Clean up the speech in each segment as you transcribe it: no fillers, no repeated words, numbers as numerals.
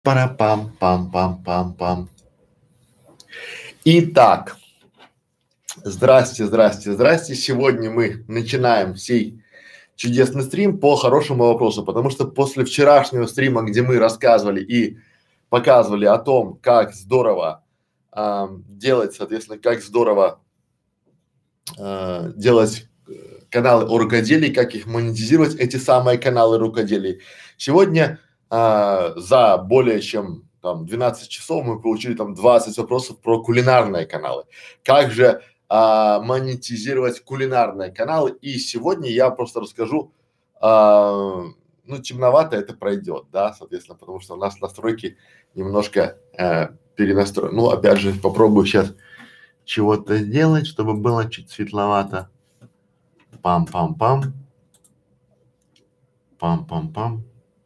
Пара-пам-пам-пам-пам-пам. Итак, здрасте, здрасте, здрасте. Сегодня мы начинаем сей чудесный стрим по хорошему вопросу, потому что после вчерашнего стрима, где мы рассказывали и показывали о том, как здорово делать, соответственно, как здорово делать каналы о рукоделии, как их монетизировать, эти самые каналы рукоделия. Сегодня за более чем там 12 часов мы получили там 20 вопросов про кулинарные каналы. Как же монетизировать кулинарные каналы? И сегодня я просто расскажу, ну темновато это пройдет, да, соответственно, потому что у нас настройки немножко перенастроены. Ну, опять же, попробую сейчас чего-то сделать, чтобы было чуть светловато. Пам-пам-пам. Пам-пам-пам.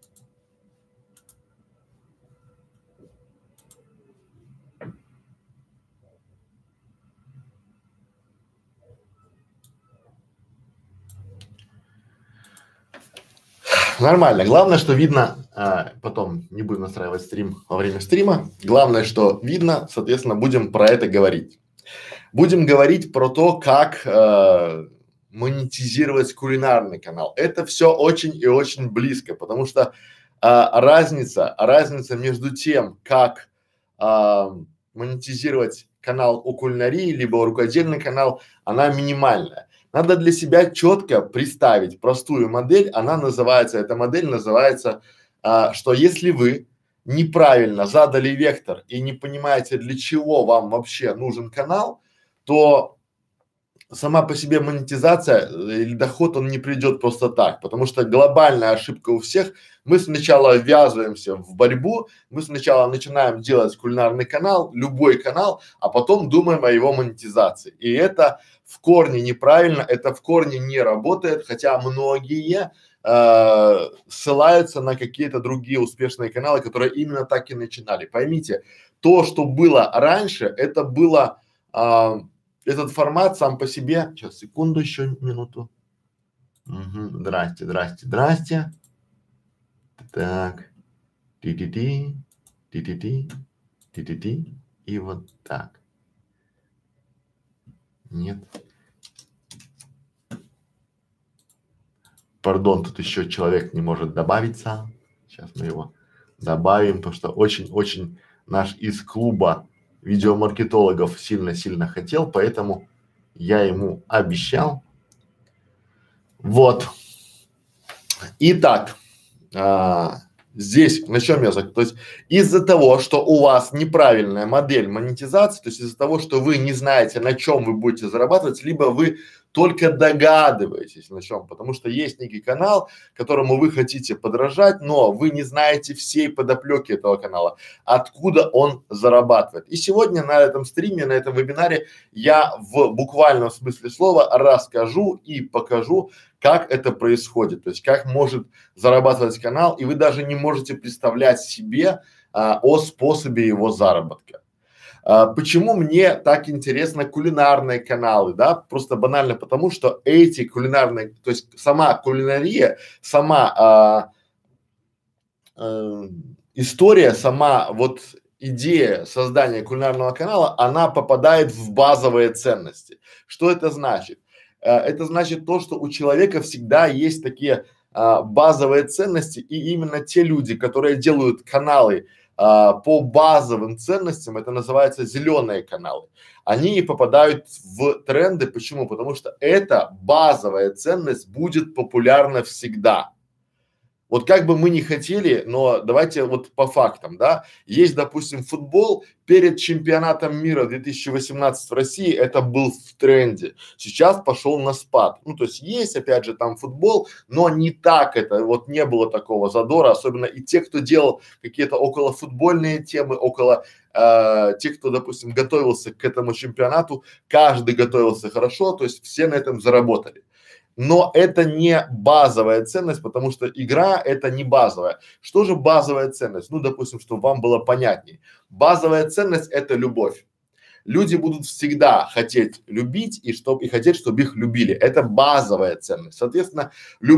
Нормально. Главное, что видно, потом не будем настраивать стрим во время стрима. Главное, что видно, соответственно, будем про это говорить. Будем говорить про то, как монетизировать кулинарный канал. Это все очень и очень близко, потому что разница между тем, как монетизировать канал о кулинарии, либо рукодельный канал, она минимальная. Надо для себя четко представить простую модель, эта модель называется, что если вы неправильно задали вектор и не понимаете, для чего вам вообще нужен канал, то сама по себе монетизация или доход, он не придет просто так, потому что глобальная ошибка у всех. Мы сначала ввязываемся в борьбу, мы сначала начинаем делать кулинарный канал, любой канал, а потом думаем о его монетизации. И это в корне неправильно, это в корне не работает, хотя многие ссылаются на какие-то другие успешные каналы, которые именно так и начинали. Поймите, то, что было раньше, это было этот формат сам по себе. Сейчас, секунду, еще минуту. Угу. Здрасте, здрасте, здрасте. Так. Ти-ти-ти, ти-ти-ти, ти-ти-ти. И вот так. Нет. Пардон, тут еще человек не может добавиться. Сейчас мы его добавим, потому что очень-очень наш из клуба видеомаркетологов сильно-сильно хотел, поэтому я ему обещал. Вот. Итак, здесь на чем то есть из-за того, что у вас неправильная модель монетизации, то есть из-за того, что вы не знаете, на чем вы будете зарабатывать, либо вы только догадываетесь на чем, потому что есть некий канал, которому вы хотите подражать, но вы не знаете всей подоплеки этого канала, откуда он зарабатывает. И сегодня на этом стриме, на этом вебинаре я в буквальном смысле слова расскажу и покажу, как это происходит, то есть как может зарабатывать канал, и вы даже не можете представлять себе о способе его заработка. Почему мне так интересно кулинарные каналы, да? Просто банально потому, что эти кулинарные, то есть сама кулинария, сама история, сама вот идея создания кулинарного канала, она попадает в базовые ценности. Что это значит? Это значит то, что у человека всегда есть такие базовые ценности, и именно те люди, которые делают каналы по базовым ценностям, это называется зеленые каналы, они попадают в тренды. Почему? Потому что эта базовая ценность будет популярна всегда. Вот как бы мы ни хотели, но давайте вот по фактам, да, есть, допустим, футбол перед чемпионатом мира 2018 в России, это был в тренде, сейчас пошел на спад. Ну, то есть опять же там футбол, но не так это, вот не было такого задора, особенно и те, кто делал какие-то околофутбольные темы, тех, кто, допустим, готовился к этому чемпионату, каждый готовился хорошо, то есть все на этом заработали. Но это не базовая ценность, потому что игра это не базовая. Что же базовая ценность? Ну, допустим, чтобы вам было понятней. Базовая ценность это любовь. Люди будут всегда хотеть любить и хотеть, чтобы их любили. Это базовая ценность. Соответственно,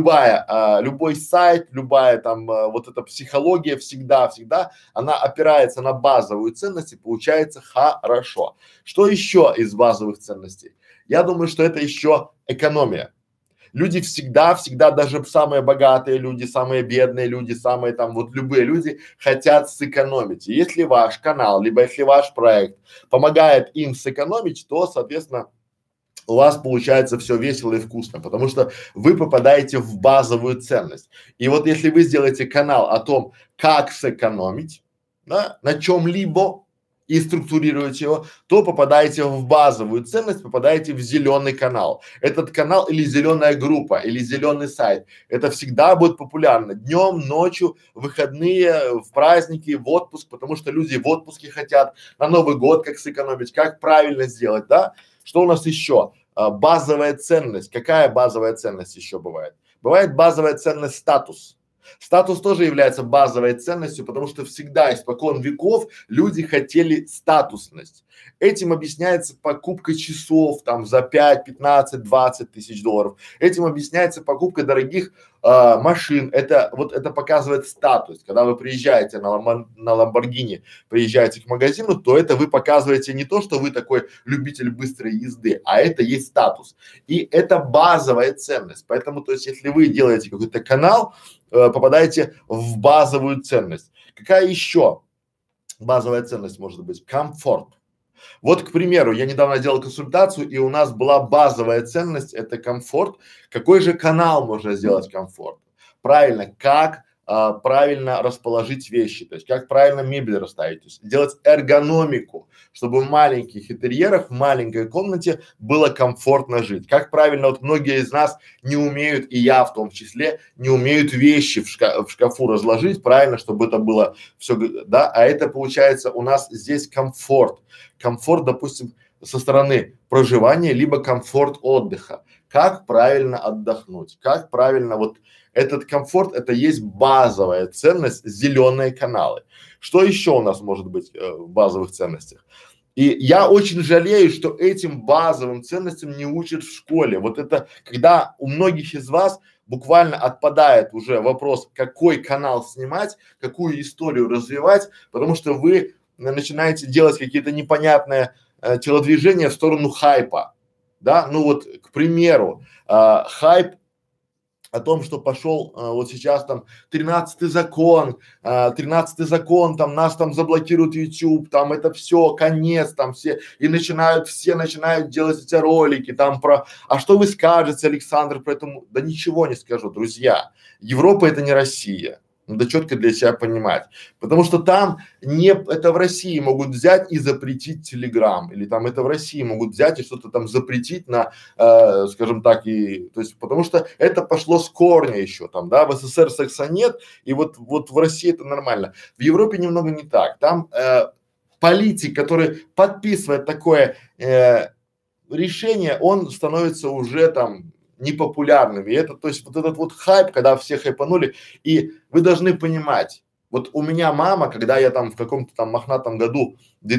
любой сайт, любая там вот эта психология всегда, она опирается на базовую ценность и получается хорошо. Что еще из базовых ценностей? Я думаю, что это еще экономия. Люди всегда, даже самые богатые люди, самые бедные люди, самые там вот любые люди хотят сэкономить. И если ваш канал, либо если ваш проект помогает им сэкономить, то, соответственно, у вас получается все весело и вкусно, потому что вы попадаете в базовую ценность. И вот если вы сделаете канал о том, как сэкономить, да, на чем-либо и структурируете его, то попадаете в базовую ценность, попадаете в зеленый канал. Этот канал или зеленая группа, или зеленый сайт, это всегда будет популярно днем, ночью, в выходные, в праздники, в отпуск, потому что люди в отпуске хотят, на Новый год как сэкономить, как правильно сделать, да? Что у нас еще? Базовая ценность. Какая базовая ценность еще бывает? Бывает базовая ценность статус. Статус тоже является базовой ценностью, потому что всегда, испокон веков, люди хотели статусность. Этим объясняется покупка часов там за 5, 15, 20 тысяч долларов. Этим объясняется покупка дорогих машин. Это показывает статус. Когда вы приезжаете на Ламборгини, приезжаете к магазину, то это вы показываете не то, что вы такой любитель быстрой езды, а это есть статус. И это базовая ценность. Поэтому, то есть, если вы делаете какой-то канал, попадаете в базовую ценность. Какая еще базовая ценность может быть? Комфорт. Вот, к примеру, я недавно делал консультацию, и у нас была базовая ценность – это комфорт. Какой же канал можно сделать комфорт? Правильно, как правильно расположить вещи, то есть как правильно мебель расставить, то есть делать эргономику, чтобы в маленьких интерьерах, в маленькой комнате было комфортно жить. Как правильно, вот многие из нас не умеют, и я в том числе, не умеют вещи в шкафу разложить правильно, чтобы это было все, да, а это получается у нас здесь комфорт. Комфорт, допустим, со стороны проживания, либо комфорт отдыха. Как правильно отдохнуть, как правильно вот этот комфорт, это есть базовая ценность, зеленые каналы. Что еще у нас может быть в базовых ценностях? И я очень жалею, что этим базовым ценностям не учат в школе. Вот это, когда у многих из вас буквально отпадает уже вопрос, какой канал снимать, какую историю развивать, потому что вы начинаете делать какие-то непонятные телодвижения в сторону хайпа, да, ну вот, к примеру, хайп о том, что пошел вот сейчас там 13-й закон, 13-й закон, там нас там заблокируют YouTube, там это все, конец, там все начинают делать эти ролики там про, а что вы скажете, Александр, про это? Да ничего не скажу, друзья. Европа это не Россия. Надо четко для себя понимать, потому что там это в России могут взять и запретить Телеграм, или там это в России могут взять и что-то там запретить на, скажем так, и, то есть, потому что это пошло с корня еще там, да, в СССР секса нет, и вот в России это нормально. В Европе немного не так, там политик, который подписывает такое решение, он становится уже там непопулярными. И это, то есть вот этот вот хайп, когда все хайпанули, и вы должны понимать, вот у меня мама, когда я там в каком-то там мохнатом году, в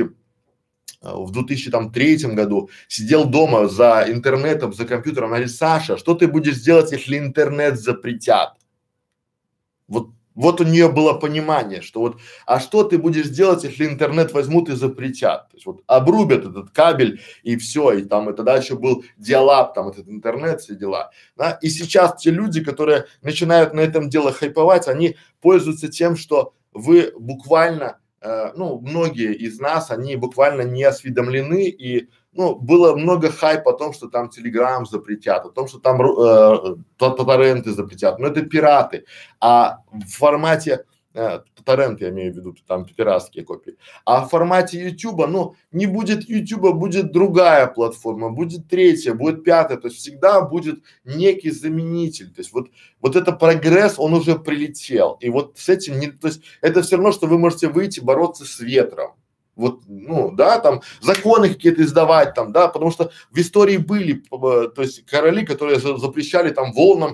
2003 году сидел дома за интернетом, за компьютером, она говорит: Саша, что ты будешь делать, если интернет запретят? Вот у нее было понимание, что вот, а что ты будешь делать, если интернет возьмут и запретят? То есть вот обрубят этот кабель и все, и там, и тогда еще был диалап, там этот интернет, все дела, да? И сейчас те люди, которые начинают на этом дело хайповать, они пользуются тем, что вы буквально, ну, многие из нас, они буквально не осведомлены, и ну, было много хайпа о том, что там Телеграм запретят, о том, что там торренты запретят, но это пираты, а в формате торренты, я имею в виду, там пиратские копии, а в формате Ютуба, ну, не будет Ютуба, будет другая платформа, будет третья, будет пятая, то есть всегда будет некий заменитель, то есть вот это прогресс, он уже прилетел, и вот с этим не, то есть это все равно, что вы можете выйти бороться с ветром. Вот, ну, да, там законы какие-то издавать там, да, потому что в истории были, то есть короли, которые запрещали там волнам,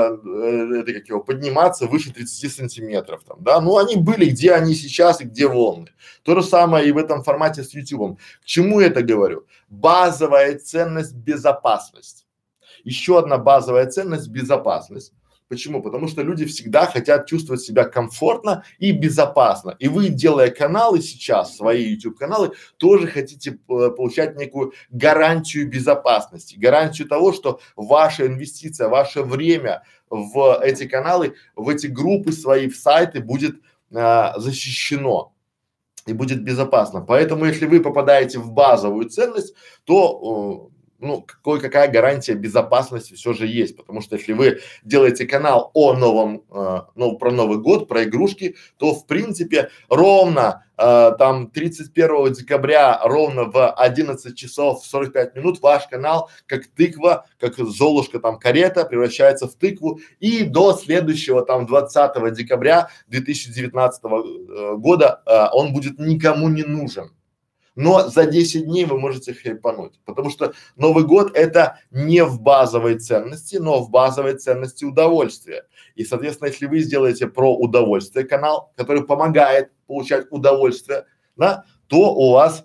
это как его, подниматься выше 30 сантиметров там, да, ну они были, где они сейчас и где волны. То же самое и в этом формате с Ютубом. К чему я это говорю? Базовая ценность — безопасность. Еще одна базовая ценность — безопасность. Почему? Потому что люди всегда хотят чувствовать себя комфортно и безопасно. И вы, делая каналы сейчас, свои YouTube каналы, тоже хотите получать некую гарантию безопасности, гарантию того, что ваша инвестиция, ваше время в эти каналы, в эти группы свои, в сайты будет защищено и будет безопасно. Поэтому, если вы попадаете в базовую ценность, то ну, какая гарантия безопасности все же есть, потому что если вы делаете канал о новом, ну, про Новый год, про игрушки, то в принципе ровно там 31 декабря ровно в 11 часов 45 минут ваш канал как тыква, как Золушка там карета превращается в тыкву, и до следующего там 20 декабря 2019 года он будет никому не нужен. Но за 10 дней вы можете хайпануть, потому что Новый год — это не в базовой ценности, но в базовой ценности удовольствия. И, соответственно, если вы сделаете про удовольствие канал, который помогает получать удовольствие, да, то у вас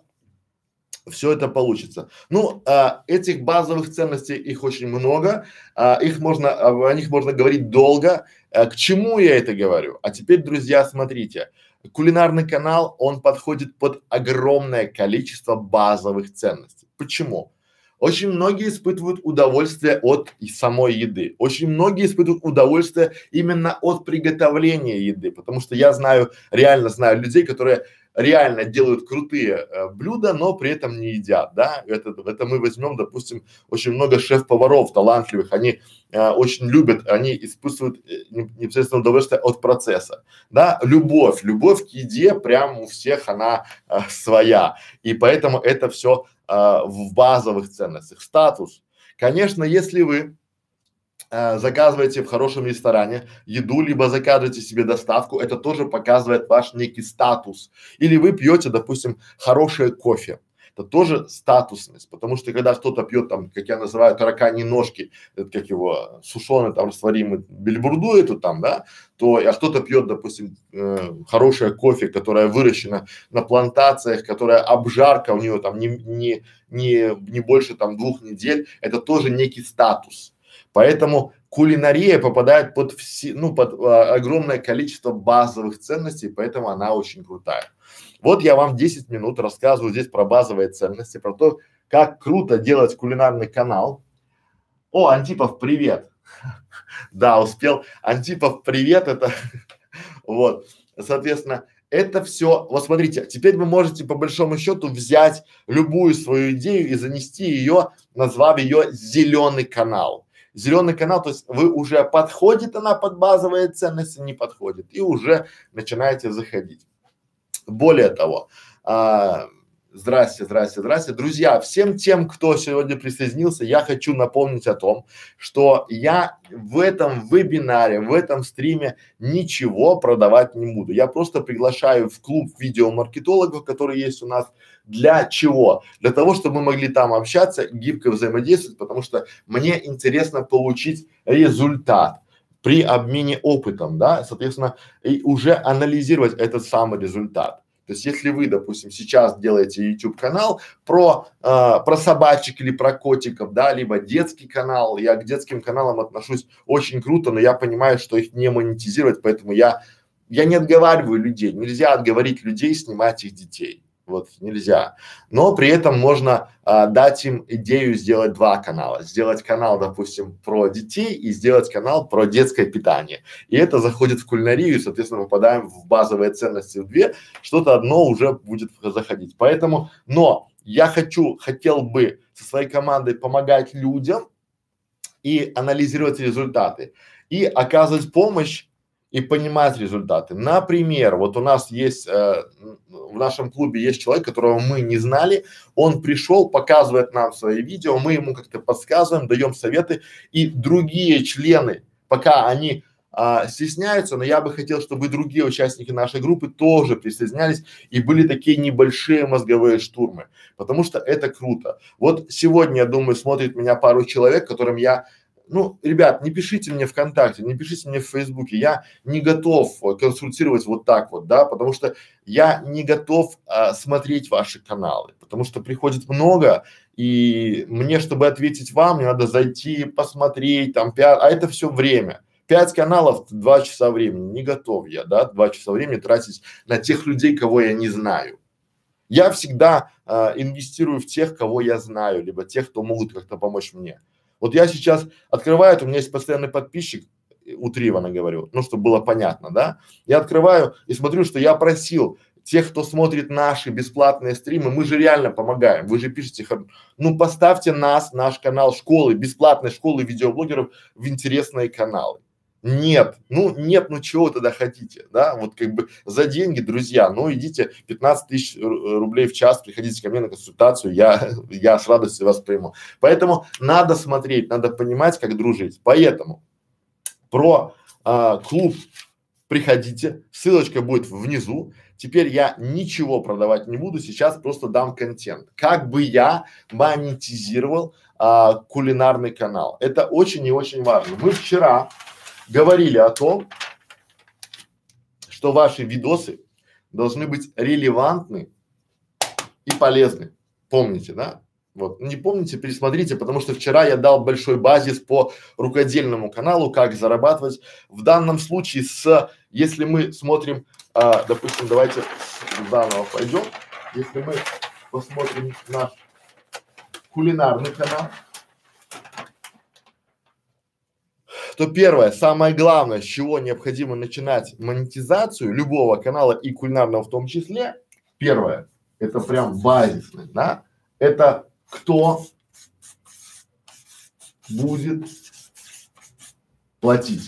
все это получится. Ну, этих базовых ценностей, их очень много, их можно, о них можно говорить долго. К чему я это говорю? А теперь, друзья, смотрите. Кулинарный канал, он подходит под огромное количество базовых ценностей. Почему? Очень многие испытывают удовольствие от самой еды. Очень многие испытывают удовольствие именно от приготовления еды, потому что я знаю, реально знаю людей, которые реально делают крутые блюда, но при этом не едят, да. Это мы возьмем, допустим, очень много шеф-поваров талантливых, они очень любят, они испытывают непосредственно удовольствие от процесса, да. Любовь к еде прям у всех она своя, и поэтому это все в базовых ценностях. Статус. Конечно, если вы заказываете в хорошем ресторане еду, либо заказываете себе доставку, это тоже показывает ваш некий статус. Или вы пьете, допустим, хорошее кофе. Это тоже статусность, потому что когда кто-то пьет там, как я называю, тараканьи ножки, это как его, сушеный там растворимый бильбурду эту там, да, то, а кто-то пьет, допустим, хорошее кофе, которое выращено на плантациях, которая обжарка у нее там не больше там 2 недель, это тоже некий статус. Поэтому кулинария попадает под огромное количество базовых ценностей, поэтому она очень крутая. Вот я вам 10 минут рассказываю здесь про базовые ценности, про то, как круто делать кулинарный канал. О, Антипов, привет! Да, успел. Антипов, привет, это вот, соответственно, это все, вот смотрите, теперь вы можете по большому счету взять любую свою идею и занести ее, назвав ее зеленый канал. Зеленый канал, то есть вы уже подходит она под базовые ценности, не подходит, и уже начинаете заходить. Более того, здрасте, друзья, всем тем, кто сегодня присоединился, я хочу напомнить о том, что я в этом вебинаре, в этом стриме ничего продавать не буду. Я просто приглашаю в клуб видеомаркетологов, который есть у нас. Для чего? Для того, чтобы мы могли там общаться, гибко взаимодействовать, потому что мне интересно получить результат при обмене опытом, да, соответственно, и уже анализировать этот самый результат. То есть, если вы, допустим, сейчас делаете YouTube канал про собачек или про котиков, да, либо детский канал, я к детским каналам отношусь очень круто, но я понимаю, что их не монетизировать, поэтому я не отговариваю людей, нельзя отговорить людей снимать их детей. Вот нельзя, но при этом можно дать им идею сделать 2 канала, сделать канал, допустим, про детей и сделать канал про детское питание. И это заходит в кулинарию, и, соответственно, попадаем в базовые ценности в 2, что-то одно уже будет заходить. Поэтому, но я хотел бы со своей командой помогать людям и анализировать результаты, и оказывать помощь и понимать результаты. Например, вот у нас есть, в нашем клубе есть человек, которого мы не знали, он пришел, показывает нам свои видео, мы ему как-то подсказываем, даем советы, и другие члены, пока они стесняются, но я бы хотел, чтобы и другие участники нашей группы тоже присоединялись и были такие небольшие мозговые штурмы, потому что это круто. Вот сегодня, я думаю, смотрит меня пару человек, которым я, ну, ребят, не пишите мне ВКонтакте, не пишите мне в Фейсбуке, я не готов консультировать вот так вот, да, потому что я не готов смотреть ваши каналы, потому что приходит много, и мне, чтобы ответить вам, мне надо зайти, посмотреть, там, а это все время. 5 каналов, 2 часа времени, не готов я, да, 2 часа времени тратить на тех людей, кого я не знаю. Я всегда инвестирую в тех, кого я знаю, либо тех, кто могут как-то помочь мне. Вот я сейчас открываю, у меня есть постоянный подписчик, утрированно говорю, ну, чтобы было понятно, да. Я открываю и смотрю, что я просил тех, кто смотрит наши бесплатные стримы, мы же реально помогаем, вы же пишете, ну, поставьте нас, наш канал школы, бесплатной школы видеоблогеров в интересные каналы. Нет, ну чего вы тогда хотите, да, вот как бы за деньги, друзья, ну идите 15 тысяч рублей в час, приходите ко мне на консультацию, я с радостью вас приму. Поэтому надо смотреть, надо понимать, как дружить. Поэтому про клуб приходите, ссылочка будет внизу. Теперь я ничего продавать не буду, сейчас просто дам контент. Как бы я монетизировал кулинарный канал. Это очень и очень важно. Мы вчера говорили о том, что ваши видосы должны быть релевантны и полезны. Помните, да? Вот, не помните, пересмотрите, потому что вчера я дал большой базис по рукодельному каналу, как зарабатывать. В данном случае если мы смотрим, допустим, давайте заново пойдем, если мы посмотрим наш кулинарный канал, то первое, самое главное, с чего необходимо начинать монетизацию любого канала и кулинарного в том числе, первое, это прям базисное, да, это кто будет платить.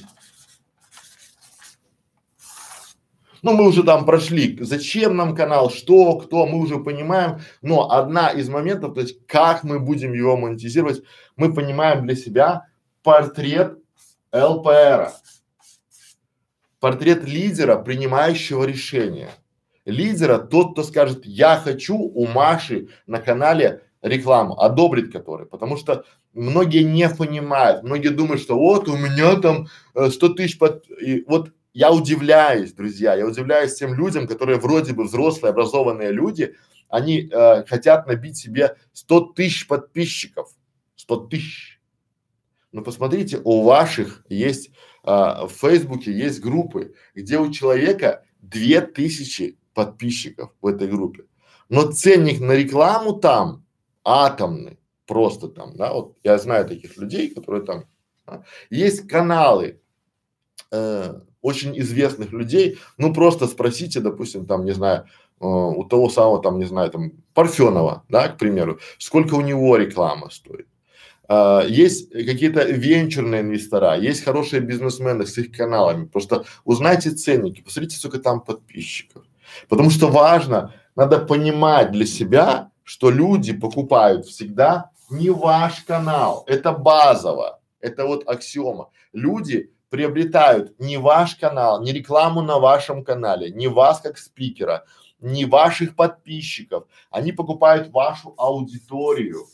Ну, мы уже там прошли, зачем нам канал, что, кто, мы уже понимаем, но одна из моментов, то есть как мы будем его монетизировать, мы понимаем для себя портрет ЛПРа, портрет лидера, принимающего решения. Лидера тот, кто скажет, я хочу у Маши на канале рекламу, одобрит который, потому что многие не понимают, многие думают, что вот у меня там 100 тысяч и вот я удивляюсь, друзья, я удивляюсь тем людям, которые вроде бы взрослые, образованные люди, они хотят набить себе 100 тысяч подписчиков, 100 тысяч. Но посмотрите, у ваших есть в Фейсбуке есть группы, где у человека 2000 подписчиков в этой группе, но ценник на рекламу там атомный, просто там, да, вот я знаю таких людей, которые там, да. Есть каналы очень известных людей, ну просто спросите, допустим, там, не знаю, у того самого там, не знаю, там Парфенова, да, к примеру, сколько у него реклама стоит. Есть какие-то венчурные инвестора, есть хорошие бизнесмены с их каналами. Просто узнайте ценники, посмотрите, сколько там подписчиков. Потому что важно, надо понимать для себя, что люди покупают всегда не ваш канал. Это базово, это вот аксиома. Люди приобретают не ваш канал, не рекламу на вашем канале, не вас как спикера, не ваших подписчиков. Они покупают вашу аудиторию.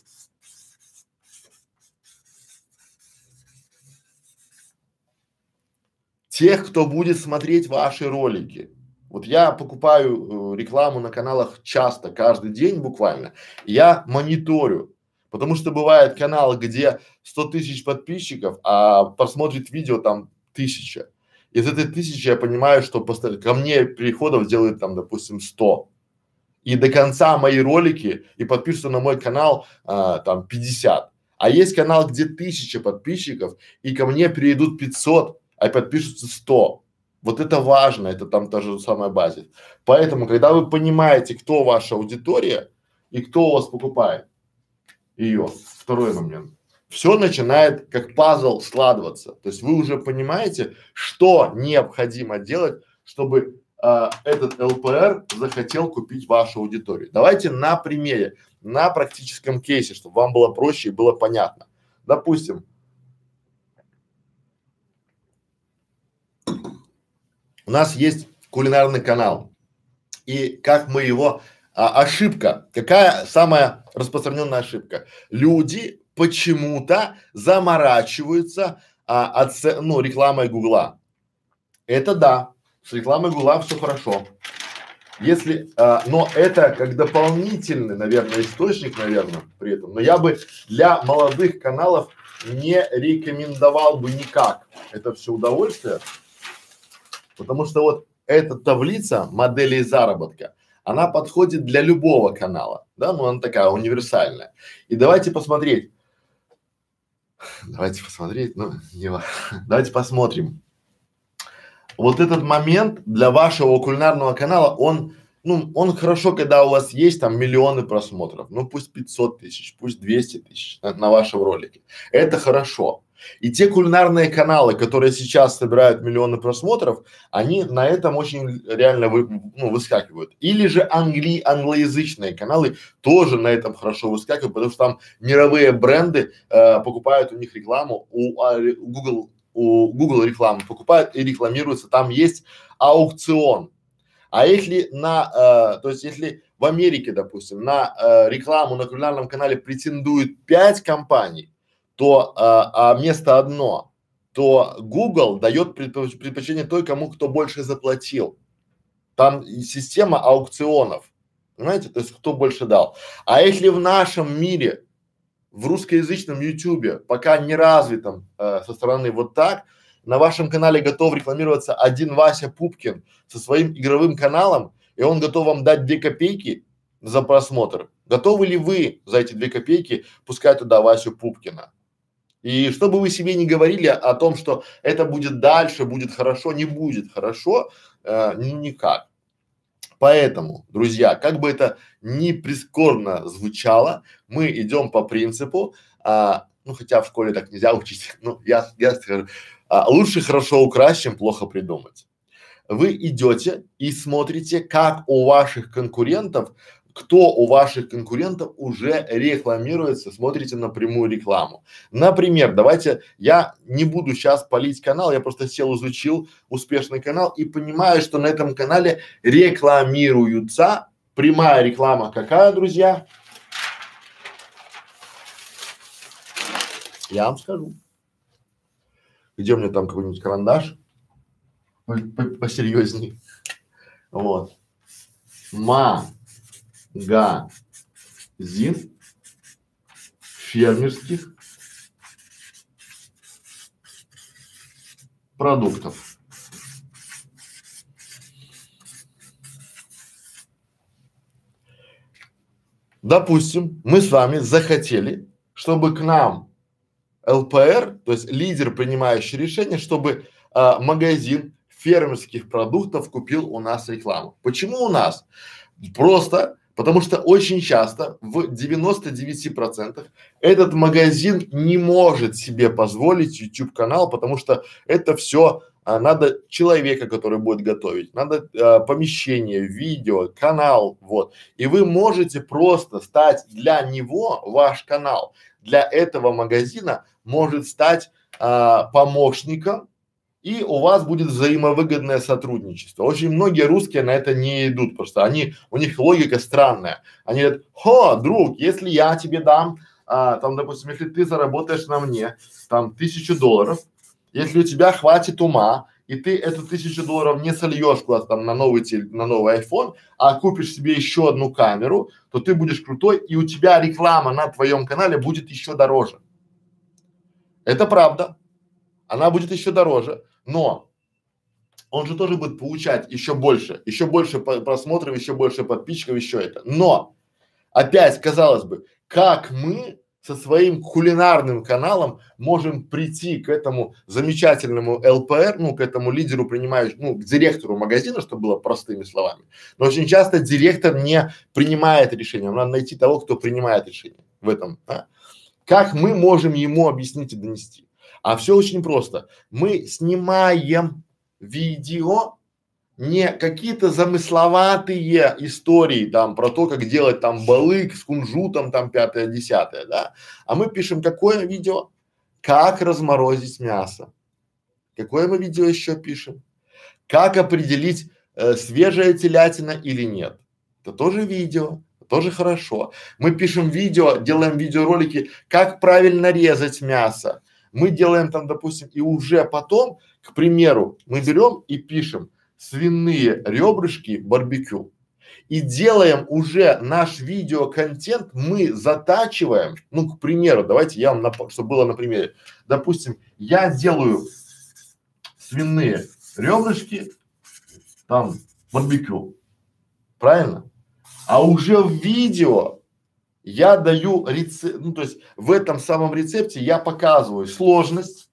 Тех, кто будет смотреть ваши ролики. Вот я покупаю рекламу на каналах часто, каждый день буквально. Я мониторю, потому что бывает канал, где 100 тысяч подписчиков, а просмотрит видео там 1000. Из этой 1000 я понимаю, что ко мне переходов делают там, допустим, 100. И до конца мои ролики и подпишутся на мой канал там 50. А есть канал, где 1000 подписчиков, и ко мне перейдут 500, а подпишутся 100. Вот это важно, это там та же самая база. Поэтому, когда вы понимаете, кто ваша аудитория и кто у вас покупает ее, второй момент, все начинает как пазл складываться. То есть вы уже понимаете, что необходимо делать, чтобы этот ЛПР захотел купить вашу аудиторию. Давайте на примере, на практическом кейсе, чтобы вам было проще и было понятно. Допустим, У нас есть кулинарный канал. И как мы его, ошибка, какая самая распространенная ошибка? Люди почему-то заморачиваются, ну, рекламой Гугла. Это да, с рекламой Гугла все хорошо. Если, но это как дополнительный, наверное, источник, наверное, при этом. Но я бы для молодых каналов не рекомендовал бы никак это все удовольствие, потому что вот эта таблица моделей заработка, она подходит для любого канала, да, ну она такая универсальная. И давайте посмотреть, ну, не, давайте посмотрим. Вот этот момент для вашего кулинарного канала, он, ну, он хорошо, когда у вас есть там миллионы просмотров, ну пусть 500 тысяч, пусть 200 тысяч на вашем ролике. Это хорошо. И те кулинарные каналы, которые сейчас собирают миллионы просмотров, они на этом очень реально ну, выскакивают. Или же англоязычные каналы тоже на этом хорошо выскакивают, потому что там мировые бренды покупают у них рекламу, у Google рекламу покупают и рекламируются, там есть аукцион. А если то есть если в Америке, допустим, на рекламу на кулинарном канале претендует 5 компаний, то место одно, то Google дает предпочтение той, кто больше заплатил. Там система аукционов, понимаете, то есть кто больше дал. А если в нашем мире в русскоязычном Ютубе, пока не развитом со стороны вот так, на вашем канале готов рекламироваться один Вася Пупкин со своим игровым каналом, и он готов вам дать 2 копейки за просмотр. Готовы ли вы за эти 2 копейки пускать туда Васю Пупкина? И что бы вы себе не говорили о том, что это будет дальше, будет хорошо, не будет хорошо, никак. Поэтому, друзья, как бы это ни прискорбно звучало, мы идем по принципу, ну хотя в школе так нельзя учить, ну я скажу, лучше хорошо украсть, чем плохо придумать. Вы идете и смотрите, как у ваших конкурентов, кто у ваших конкурентов уже рекламируется, смотрите напрямую рекламу. Например, давайте, я не буду сейчас палить канал, я просто сел, изучил успешный канал и понимаю, что на этом канале рекламируются, прямая реклама какая, друзья? Я вам скажу. Где у меня там какой-нибудь карандаш? Посерьезней. Вот. Магазин фермерских продуктов. Допустим, мы с вами захотели, чтобы к нам ЛПР, то есть лидер, принимающий решение, чтобы магазин фермерских продуктов купил у нас рекламу. Почему у нас? Просто потому что очень часто в 99% этот магазин не может себе позволить YouTube канал, потому что это все надо человека, который будет готовить, надо помещение, видео, канал, вот. И вы можете просто стать для него, ваш канал, для этого магазина может стать помощником, и у вас будет взаимовыгодное сотрудничество. Очень многие русские на это не идут, просто у них логика странная. Они говорят: хо, друг, если я тебе дам, там, допустим, если ты заработаешь на мне там $1000, если у тебя хватит ума, и ты эту $1000 не сольешь куда-то там на новый iPhone, а купишь себе еще одну камеру, то ты будешь крутой, и у тебя реклама на твоем канале будет еще дороже. Это правда. Она будет еще дороже, но он же тоже будет получать еще больше просмотров, еще больше подписчиков, еще это. Но опять, казалось бы, как мы со своим кулинарным каналом можем прийти к этому замечательному ЛПР, ну, к этому лидеру, принимающему, ну, к директору магазина, чтобы было простыми словами. Но очень часто директор не принимает решение, надо найти того, кто принимает решение в этом, да? Как мы можем ему объяснить и донести? А все очень просто. Мы снимаем видео, не какие-то замысловатые истории там про то, как делать там балык с кунжутом, там пятое, десятое, да, а мы пишем какое видео? Как разморозить мясо. Какое мы видео еще пишем? Как определить, свежая телятина или нет? Это тоже видео, тоже хорошо. Мы пишем видео, делаем видеоролики, как правильно резать мясо. Мы делаем там, допустим, и уже потом, к примеру, мы берем и пишем свиные ребрышки барбекю. И делаем уже наш видеоконтент, мы затачиваем, ну, к примеру, давайте я вам, чтобы было на примере. Допустим, я делаю свиные ребрышки, там, барбекю, правильно? А уже в видео я даю рецепт, ну, то есть в этом самом рецепте я показываю сложность,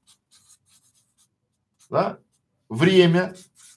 да, время,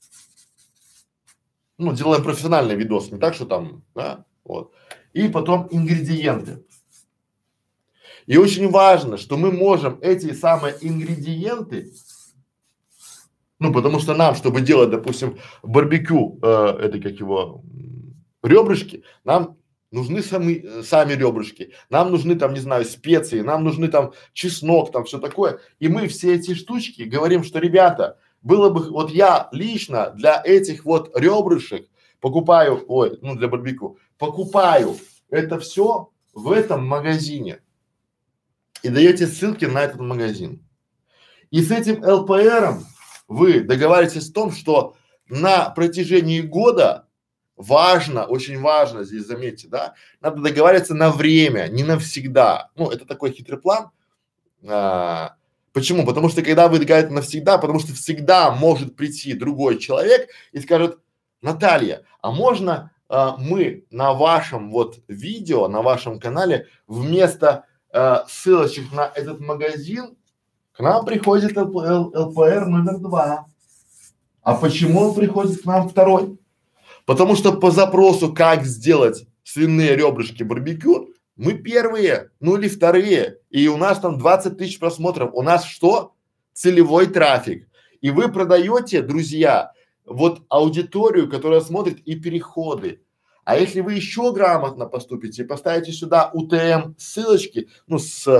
ну, делаем профессиональный видос, не так, что там, да, вот, и потом ингредиенты. И очень важно, что мы можем эти самые ингредиенты, ну, потому что нам, чтобы делать, допустим, барбекю, это как его, ребрышки, нам нужны сами ребрышки, нам нужны там, не знаю, специи, нам нужны там чеснок, там все такое. И мы все эти штучки говорим, что, ребята, было бы, вот я лично для этих вот ребрышек покупаю, ой, ну для барбекю, покупаю это все в этом магазине и даете ссылки на этот магазин. И с этим ЛПРом вы договариваетесь о том, что на протяжении года важно, очень важно здесь заметьте, да, надо договариваться на время, не навсегда. Ну, это такой хитрый план. Почему? Потому что когда вы договариваетесь навсегда, потому что всегда может прийти другой человек и скажет: Наталья, а можно мы на вашем вот видео, на вашем канале вместо ссылочек на этот магазин к нам приходит ЛПР номер 2. А почему он приходит к нам второй? Потому что по запросу, как сделать свиные ребрышки барбекю, мы первые, ну или вторые, и у нас там 20 тысяч просмотров. У нас что? Целевой трафик. И вы продаете, друзья, вот аудиторию, которая смотрит, и переходы. А если вы еще грамотно поступите, поставите сюда УТМ ссылочки, ну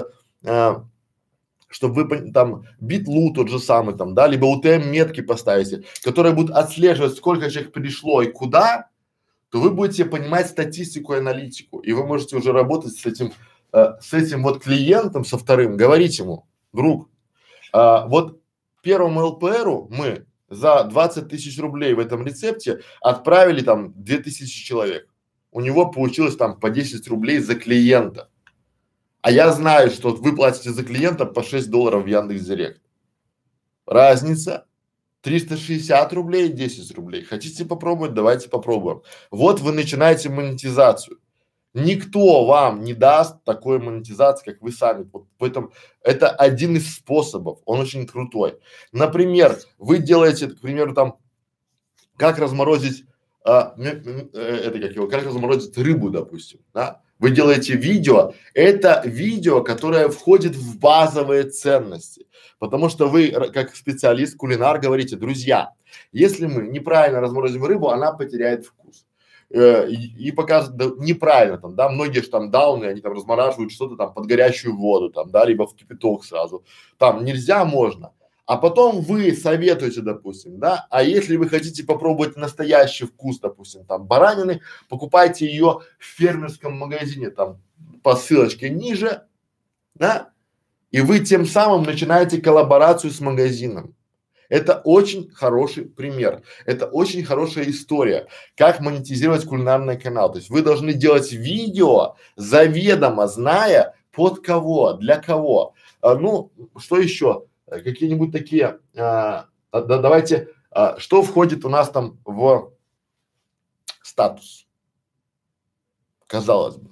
чтобы вы там битлу тот же самый там, да, либо УТМ метки поставите, которые будут отслеживать, сколько человек пришло и куда, то вы будете понимать статистику и аналитику, и вы можете уже работать с этим вот клиентом, со вторым, говорить ему: друг, вот первому ЛПРу мы за 20 тысяч рублей в этом рецепте отправили там 2000 человек. У него получилось там по 10 рублей за клиента. А я знаю, что вы платите за клиента по 6 долларов в Яндекс.Директ. Разница 360 рублей, 10 рублей. Хотите попробовать? Давайте попробуем. Вот вы начинаете монетизацию. Никто вам не даст такой монетизации, как вы сами. Вот в этом, это один из способов, он очень крутой. Например, вы делаете, к примеру, там, как разморозить, это как его, как разморозить рыбу, допустим, да? Вы делаете видео, это видео, которое входит в базовые ценности, потому что вы как специалист, кулинар говорите: друзья, если мы неправильно разморозим рыбу, она потеряет вкус. И показывают да, неправильно там, да, многие же там дауны, они там размораживают что-то там под горячую воду там, да, либо в кипяток сразу. Там нельзя, можно. А потом вы советуете, допустим, да, а если вы хотите попробовать настоящий вкус, допустим, там баранины, покупайте ее в фермерском магазине там по ссылочке ниже, да, и вы тем самым начинаете коллаборацию с магазином. Это очень хороший пример, это очень хорошая история, как монетизировать кулинарный канал. То есть вы должны делать видео, заведомо зная под кого, для кого. Ну, что еще? Какие-нибудь такие, давайте, что входит у нас там в статус? Казалось бы,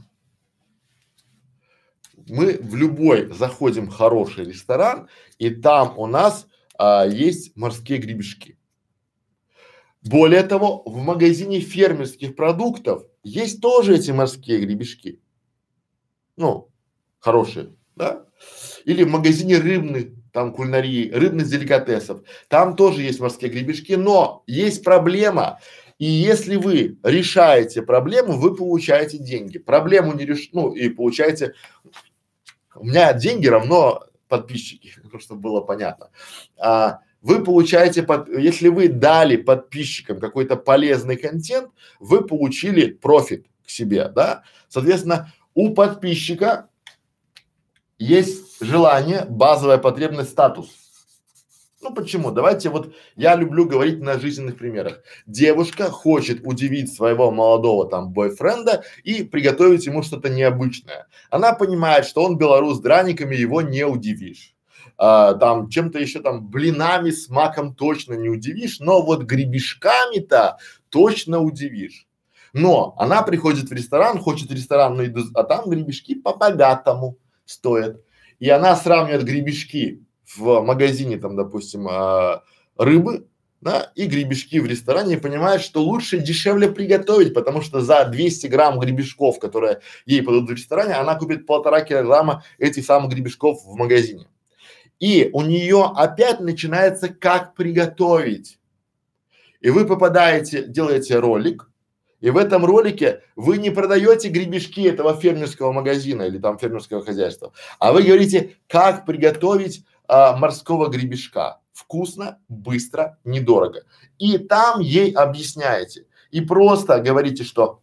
мы в любой заходим в хороший ресторан, и там у нас есть морские гребешки. Более того, в магазине фермерских продуктов есть тоже эти морские гребешки. Ну, хорошие, да? Или в магазине рыбных, там кулинарии, рыбных деликатесов, там тоже есть морские гребешки, но есть проблема. И если вы решаете проблему, вы получаете деньги. Проблему не ну и получаете, у меня деньги равно подписчики, чтобы было понятно. вы получаете, если вы дали подписчикам какой-то полезный контент, вы получили профит к себе, да. Соответственно, у подписчика есть желание, базовая потребность, статус. Ну почему? Давайте вот я люблю говорить на жизненных примерах. Девушка хочет удивить своего молодого там бойфренда и приготовить ему что-то необычное. Она понимает, что он белорус с драниками, его не удивишь. Там чем-то еще там блинами с маком точно не удивишь, но вот гребешками-то точно удивишь. Но она приходит в ресторан, хочет ресторанную еду, а там гребешки по-богатому стоят. И она сравнивает гребешки в магазине там, допустим, рыбы, да, и гребешки в ресторане, и понимает, что лучше дешевле приготовить, потому что за 200 грамм гребешков, которые ей подадут в ресторане, она купит 1,5 килограмма этих самых гребешков в магазине. И у нее опять начинается как приготовить. И вы попадаете, делаете ролик, и в этом ролике вы не продаете гребешки этого фермерского магазина или там фермерского хозяйства, а вы говорите, как приготовить морского гребешка. Вкусно, быстро, недорого. И там ей объясняете. И просто говорите, что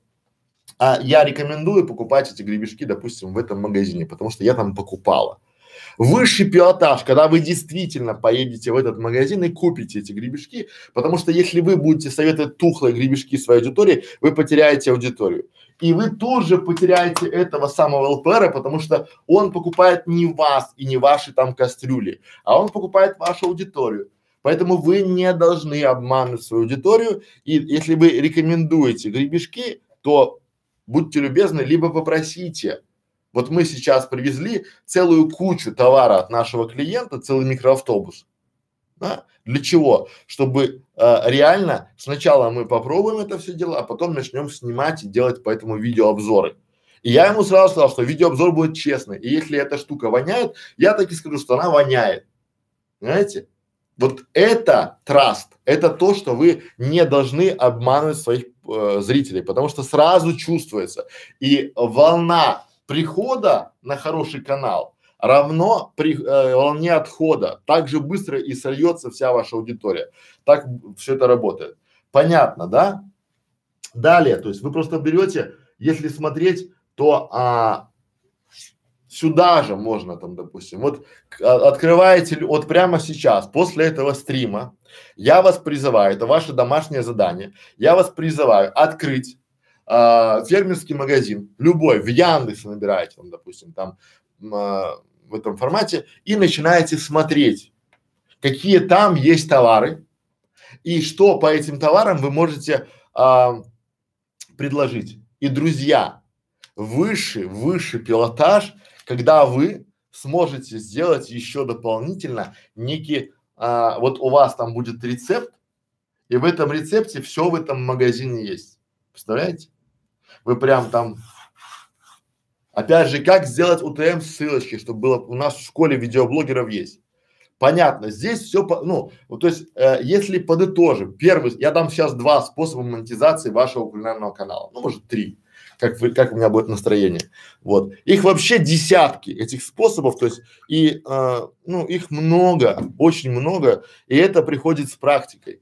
я рекомендую покупать эти гребешки, допустим, в этом магазине, потому что я там покупала. Высший пилотаж, когда вы действительно поедете в этот магазин и купите эти гребешки, потому что если вы будете советовать тухлые гребешки своей аудитории, вы потеряете аудиторию. И вы тут же потеряете этого самого ЛПРа, потому что он покупает не вас и не ваши там кастрюли, а он покупает вашу аудиторию. Поэтому вы не должны обманывать свою аудиторию, и если вы рекомендуете гребешки, то будьте любезны, либо попросите. Вот мы сейчас привезли целую кучу товара от нашего клиента, целый микроавтобус. Да? Для чего? Чтобы реально сначала мы попробуем это все дело, а потом начнем снимать и делать по этому видеообзоры. И я ему сразу сказал, что видеообзор будет честный. И если эта штука воняет, я так и скажу, что она воняет. Понимаете? Вот это траст, это то, что вы не должны обманывать своих зрителей, потому что сразу чувствуется. И волна прихода на хороший канал равно волне отхода. Так же быстро и сольется вся ваша аудитория. Так все это работает. Понятно, да? Далее, то есть вы просто берете, если смотреть, то сюда же можно там, допустим, вот открываете, вот прямо сейчас, после этого стрима, я вас призываю, это ваше домашнее задание, я вас призываю открыть фермерский магазин, любой, в Яндексе набираете там, допустим, там в этом формате и начинаете смотреть, какие там есть товары и что по этим товарам вы можете предложить. И, друзья, выше пилотаж, когда вы сможете сделать еще дополнительно некий, вот у вас там будет рецепт, и в этом рецепте все в этом магазине есть. Представляете? Вы прям там, опять же, как сделать УТМ ссылочки, чтобы было, у нас в школе видеоблогеров есть. Понятно, здесь все, ну, вот, то есть, если подытожим, первый, я дам сейчас 2 способа монетизации вашего кулинарного канала, ну, может 3, как у меня будет настроение, вот. Их вообще десятки этих способов, то есть, и, ну, их много, очень много, и это приходит с практикой.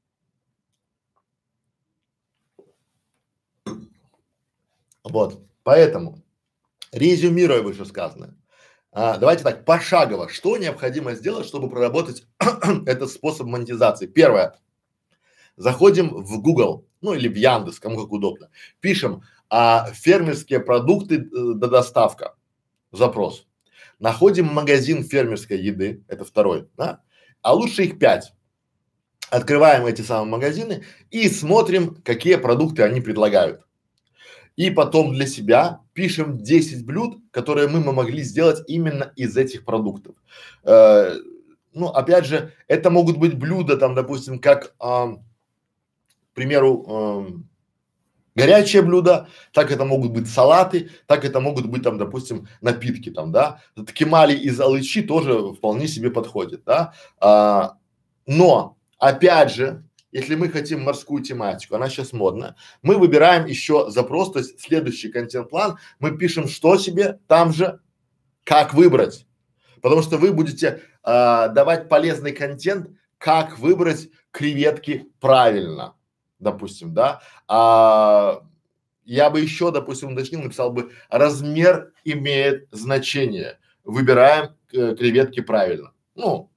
Вот, поэтому, резюмируя вышесказанное, давайте так, пошагово, что необходимо сделать, чтобы проработать этот способ монетизации. Первое. Заходим в Google, ну или в Яндекс, кому как удобно. Пишем фермерские продукты доставка. Запрос. Находим магазин фермерской еды, это второй, да? А лучше их 5. Открываем эти самые магазины и смотрим, какие продукты они предлагают. И потом для себя пишем 10 блюд, которые мы могли сделать именно из этих продуктов. Ну, опять же, это могут быть блюда, там, допустим, как, к примеру, горячее блюдо, так это могут быть салаты, так это могут быть, там, допустим, напитки, там, да. Ткемали из алычи тоже вполне себе подходит, да. Но, опять же, если мы хотим морскую тематику, она сейчас модна, мы выбираем еще запрос, то есть следующий контент-план, мы пишем, что себе, там же, как выбрать. Потому что вы будете давать полезный контент как выбрать креветки правильно, допустим, да. Я бы еще, допустим, уточнил, написал бы: размер имеет значение. Выбираем креветки правильно. Ну,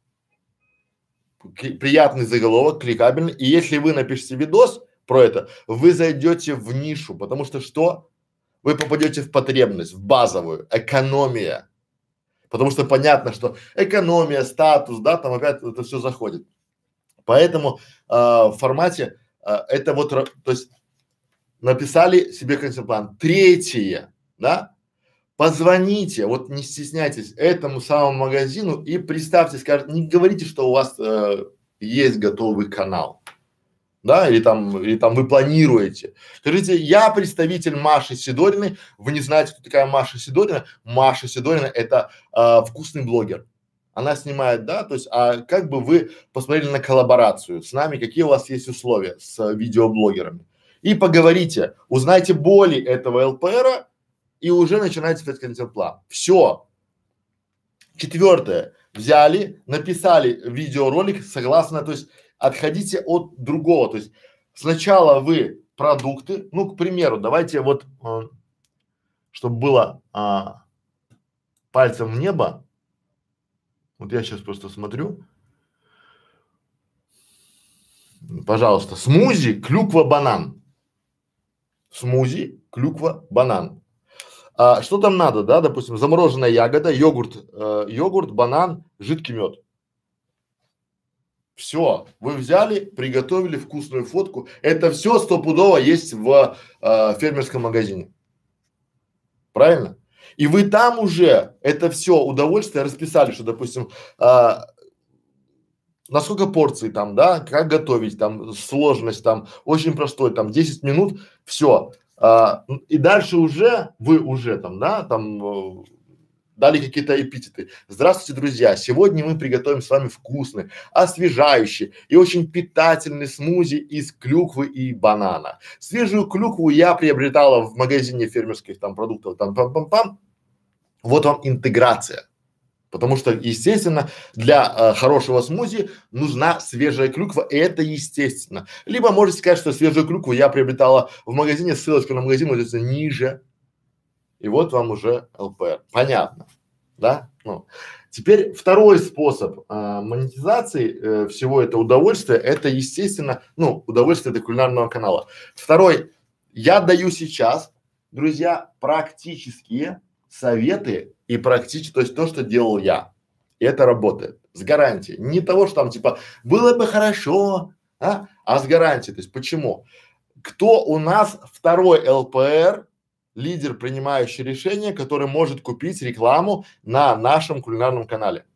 приятный заголовок, кликабельный. И если вы напишите видос про это, вы зайдете в нишу, потому что вы попадете в потребность, в базовую, экономия. Потому что понятно, что экономия, статус, да, там опять это все заходит. Поэтому в формате это вот, то есть написали себе контент-план. Третье, да, позвоните, вот не стесняйтесь этому самому магазину и представьте, скажите, не говорите, что у вас есть готовый канал, да, или там вы планируете. Скажите: я представитель Маши Сидориной. Вы не знаете, кто такая Маша Сидорина? Маша Сидорина – это вкусный блогер. Она снимает, да, то есть, как бы вы посмотрели на коллаборацию с нами, какие у вас есть условия с видеоблогерами. И поговорите, узнайте боли этого ЛПРа и уже начинайте писать контент-план. Все. Четвертое. Взяли, написали видеоролик согласно, то есть отходите от другого. То есть сначала вы продукты, ну, к примеру, давайте вот, чтобы было пальцем в небо. Вот я сейчас просто смотрю. Пожалуйста, смузи, клюква, банан. Смузи, клюква, банан. Что там надо, да, допустим, замороженная ягода, йогурт, банан, жидкий мед. Все, вы взяли, приготовили вкусную фотку. Это все стопудово есть в фермерском магазине. Правильно? И вы там уже это все удовольствие расписали, что, допустим, на сколько порций там, да, как готовить, там, сложность, там, очень простой, там, 10 минут, все. И дальше уже, вы уже там, да, там, дали какие-то эпитеты. Здравствуйте, друзья! Сегодня мы приготовим с вами вкусный, освежающий и очень питательный смузи из клюквы и банана. Свежую клюкву я приобретала в магазине фермерских там продуктов, там, пам-пам-пам. Вот вам интеграция. Потому что, естественно, для хорошего смузи нужна свежая клюква, и это естественно. Либо можете сказать, что свежую клюкву я приобретала в магазине, ссылочка на магазин вот здесь ниже. И вот вам уже ЛПР. Понятно, да? Ну, теперь второй способ монетизации всего этого удовольствия, это, естественно, ну, удовольствие от кулинарного канала. Второй, я даю сейчас, друзья, практические советы и практически, то есть то, что делал я. И это работает с гарантией. Не того, что там типа было бы хорошо, а с гарантией. То есть почему? Кто у нас второй ЛПР, лидер, принимающий решения, который может купить рекламу на нашем кулинарном канале?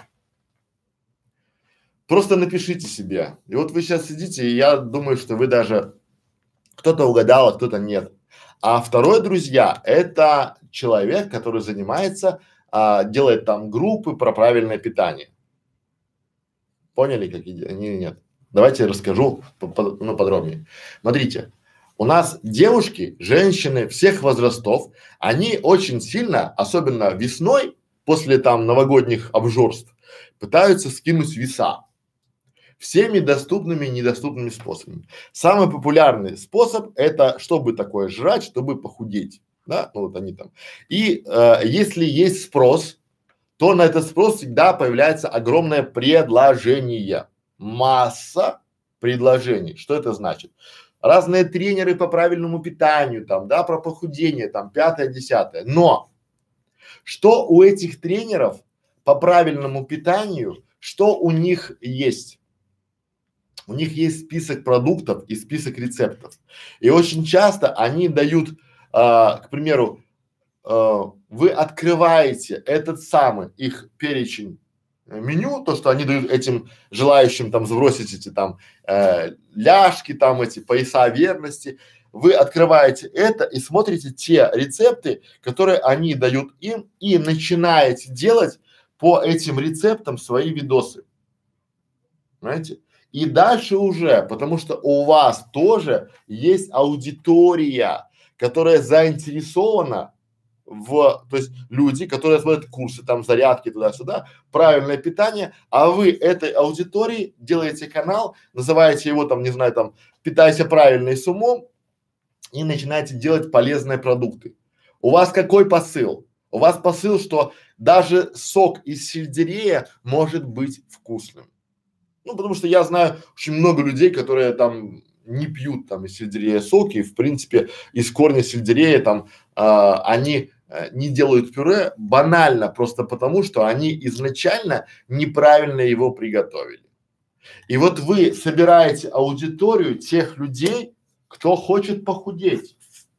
Просто напишите себе. И вот вы сейчас сидите, и я думаю, что вы даже кто-то угадал, а кто-то нет. А второй, друзья, это человек, который занимается, делает там группы про правильное питание. Поняли, какие они? Нет. Давайте я расскажу подробнее. Смотрите, у нас девушки, женщины всех возрастов, они очень сильно, особенно весной, после там новогодних обжорств, пытаются скинуть веса. Всеми доступными и недоступными способами. Самый популярный способ – это чтобы такое жрать, чтобы похудеть, да, ну вот они там. И если есть спрос, то на этот спрос всегда появляется огромное предложение, масса предложений. Что это значит? Разные тренеры по правильному питанию, там, да, про похудение, там, пятое, десятое. Но что у этих тренеров по правильному питанию, что у них есть? У них есть список продуктов и список рецептов. И очень часто они дают, к примеру, вы открываете этот самый их перечень меню, то, что они дают этим желающим там сбросить эти там ляжки, там эти пояса верности. Вы открываете это и смотрите те рецепты, которые они дают им, и начинаете делать по этим рецептам свои видосы. Понимаете? И дальше уже, потому что у вас тоже есть аудитория, которая заинтересована то есть люди, которые смотрят курсы, там зарядки туда-сюда, правильное питание, а вы этой аудитории делаете канал, называете его там, не знаю, там, питайся правильно и с умом, и начинаете делать полезные продукты. У вас какой посыл? У вас посыл, что даже сок из сельдерея может быть вкусным. Ну, потому что я знаю очень много людей, которые там не пьют там из сельдерея соки, и в принципе из корня сельдерея там они не делают пюре банально просто потому, что они изначально неправильно его приготовили. И вот вы собираете аудиторию тех людей, кто хочет похудеть.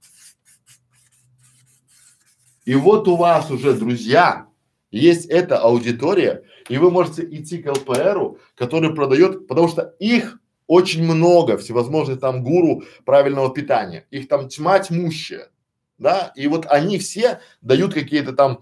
И вот у вас уже, друзья, есть эта аудитория, и вы можете идти к ЛПРу, который продает, потому что их очень много, всевозможных там гуру правильного питания, их там тьма тьмущая, да, и вот они все дают какие-то там,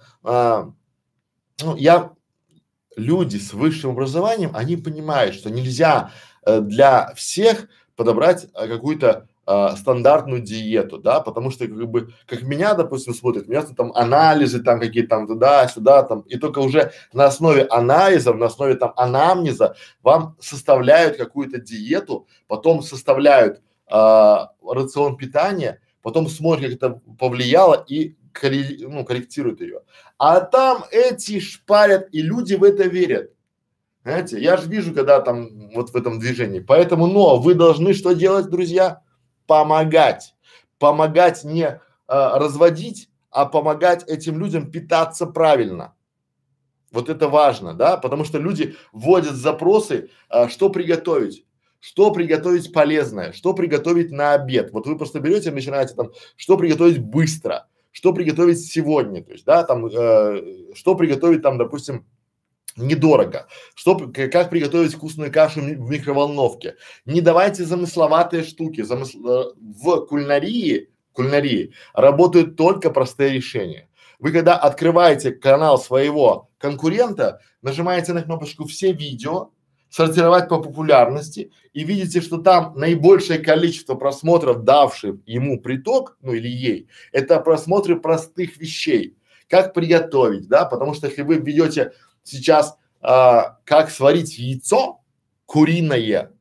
люди с высшим образованием, они понимают, что нельзя для всех подобрать какую-то стандартную диету, да, потому что как бы, как меня, допустим, смотрят, у меня там анализы там какие-то там туда-сюда там, и только уже на основе анализов, на основе там анамнеза вам составляют какую-то диету, потом составляют рацион питания, потом смотрят, как это повлияло и корректируют ее. А там эти шпарят, и люди в это верят. Знаете, я же вижу, когда там вот в этом движении. Поэтому, но вы должны что делать, друзья? Помогать. Помогать не разводить, а помогать этим людям питаться правильно. Вот это важно, да, потому что люди вводят запросы, что приготовить полезное, что приготовить на обед. Вот вы просто берете и начинаете там, что приготовить быстро, что приготовить сегодня, то есть, да, там, что приготовить там, допустим, недорого, как приготовить вкусную кашу в микроволновке. Не давайте замысловатые штуки, в кулинарии работают только простые решения. Вы когда открываете канал своего конкурента, нажимаете на кнопочку «Все видео», сортировать по популярности и видите, что там наибольшее количество просмотров, давших ему приток, ну или ей, это просмотры простых вещей. Как приготовить, да, потому что если вы ведете сейчас как сварить яйцо куриное,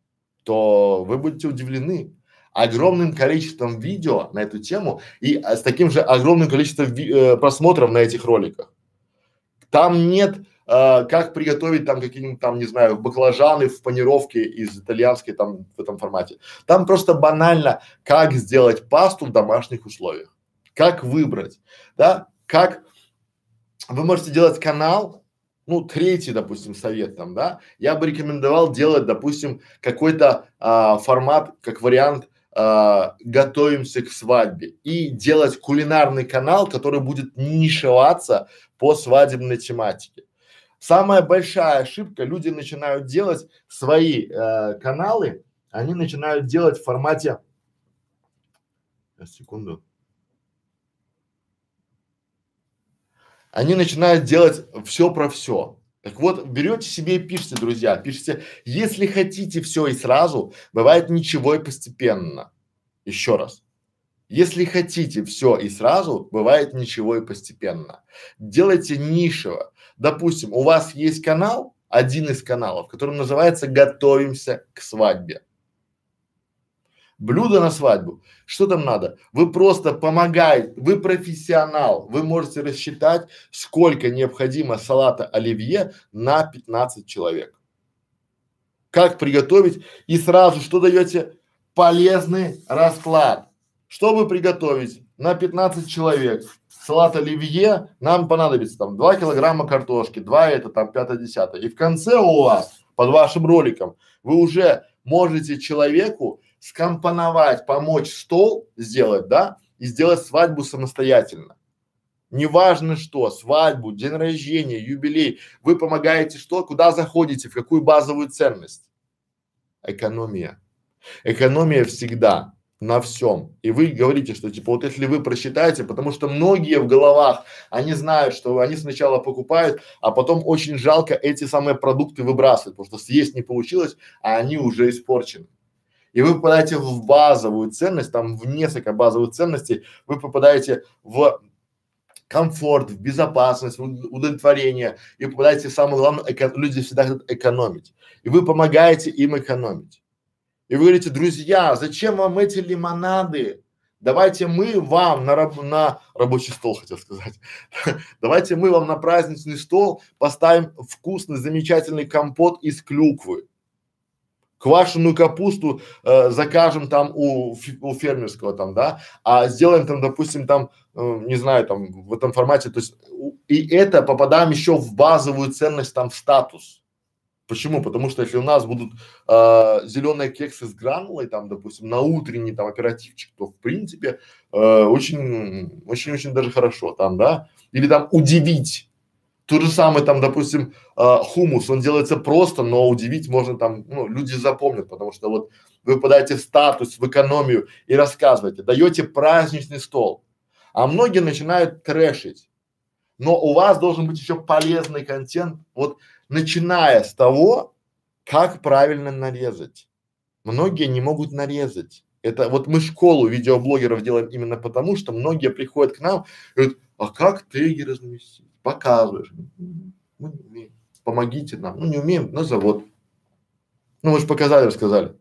то вы будете удивлены огромным количеством видео на эту тему и с таким же огромным количеством просмотров на этих роликах. Там нет как приготовить там какие-нибудь там, не знаю, баклажаны в панировке из итальянской там в этом формате. Там просто банально, как сделать пасту в домашних условиях, как выбрать, да, как вы можете делать канал, ну, третий, допустим, совет там, да, я бы рекомендовал делать, допустим, какой-то формат, как вариант, готовимся к свадьбе и делать кулинарный канал, который будет нишеваться по свадебной тематике. Самая большая ошибка, люди начинают делать свои каналы, они начинают делать в формате, секунду, они начинают делать все про все. Так вот, берете себе и пишите, друзья, пишите, если хотите все и сразу, бывает ничего и постепенно. Еще раз. Если хотите все и сразу, бывает ничего и постепенно. Делайте нишево. Допустим, у вас есть канал, один из каналов, который называется «Готовимся к свадьбе». Блюдо на свадьбу. Что там надо? Вы просто помогаете, вы профессионал, вы можете рассчитать, сколько необходимо салата оливье на 15 человек. Как приготовить и сразу что даете? Полезный расклад. Чтобы приготовить на 15 человек салат оливье, нам понадобится там 2 килограмма картошки, 2 это там 5-10. И в конце у вас, под вашим роликом, вы уже можете человеку скомпоновать, помочь стол сделать, да, и сделать свадьбу самостоятельно. Неважно что, свадьбу, день рождения, юбилей, вы помогаете что, куда заходите, в какую базовую ценность? Экономия. Экономия всегда на всем. И вы говорите, что типа вот если вы просчитаете, потому что многие в головах, они знают, что они сначала покупают, а потом очень жалко эти самые продукты выбрасывать, потому что съесть не получилось, а они уже испорчены. И вы попадаете в базовую ценность, там в несколько базовых ценностей, вы попадаете в комфорт, в безопасность, в удовлетворение, и попадаете в самое главное, люди всегда хотят экономить, и вы помогаете им экономить. И вы говорите: друзья, зачем вам эти лимонады? Давайте мы вам на рабочий стол, хотел сказать, давайте мы вам на праздничный стол поставим вкусный, замечательный компот из клюквы. Квашеную капусту закажем там у фермерского там, да, а сделаем там, допустим, там, не знаю, там в этом формате, то есть и это попадаем еще в базовую ценность, там в статус. Почему? Потому что если у нас будут зеленые кексы с гранулой, там, допустим, на утренний там оперативчик, то в принципе очень даже хорошо там, да, или там удивить. То же самое там, допустим, хумус, он делается просто, но удивить можно там, ну, люди запомнят, потому что вот вы попадаете в статус, в экономию и рассказываете, даете праздничный стол, а многие начинают трэшить, но у вас должен быть еще полезный контент, вот начиная с того, как правильно нарезать. Многие не могут нарезать. Это вот мы школу видеоблогеров делаем именно потому, что многие приходят к нам и говорят: а как теги разместить? Показываешь. Мы не умеем. Помогите нам. Ну не умеем, на завод. Ну мы же показали, рассказали.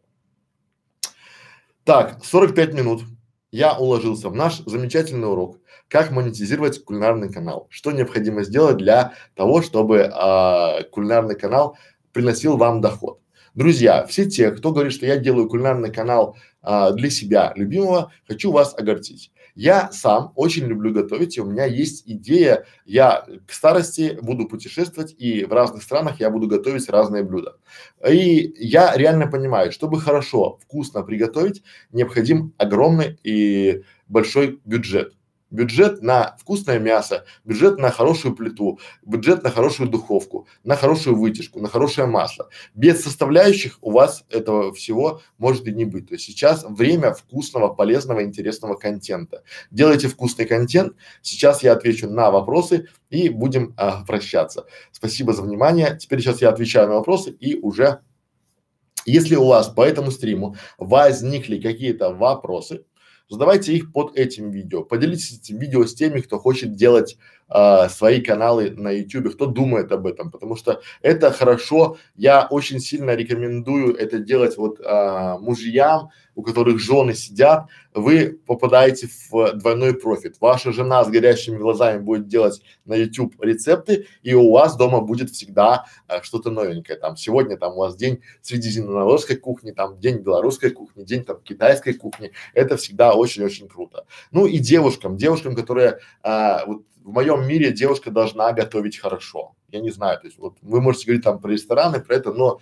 Так, 45 минут. Я уложился в наш замечательный урок, как монетизировать кулинарный канал. Что необходимо сделать для того, чтобы кулинарный канал приносил вам доход. Друзья, все те, кто говорит, что я делаю кулинарный канал для себя любимого, хочу вас огорчить. Я сам очень люблю готовить, и у меня есть идея, я к старости буду путешествовать, и в разных странах я буду готовить разные блюда. И я реально понимаю, чтобы хорошо, вкусно приготовить, необходим огромный и большой бюджет. Бюджет на вкусное мясо, бюджет на хорошую плиту, бюджет на хорошую духовку, на хорошую вытяжку, на хорошее масло. Без составляющих у вас этого всего может и не быть. То есть сейчас время вкусного, полезного, интересного контента. Делайте вкусный контент. Сейчас я отвечу на вопросы и будем прощаться. Спасибо за внимание. Теперь сейчас я отвечаю на вопросы и уже, если у вас по этому стриму возникли какие-то вопросы, задавайте их под этим видео. Поделитесь этим видео с теми, кто хочет делать свои каналы на YouTube, кто думает об этом, потому что это хорошо. Я очень сильно рекомендую это делать вот мужьям, у которых жены сидят. Вы попадаете в двойной профит. Ваша жена с горящими глазами будет делать на YouTube рецепты, и у вас дома будет всегда что-то новенькое. Там сегодня там у вас день средиземноморской кухни, там день белорусской кухни, день там китайской кухни. Это всегда очень-очень круто. Ну и девушкам, которые вот в моем мире девушка должна готовить хорошо. Я не знаю, то есть вот вы можете говорить там про рестораны, про это, но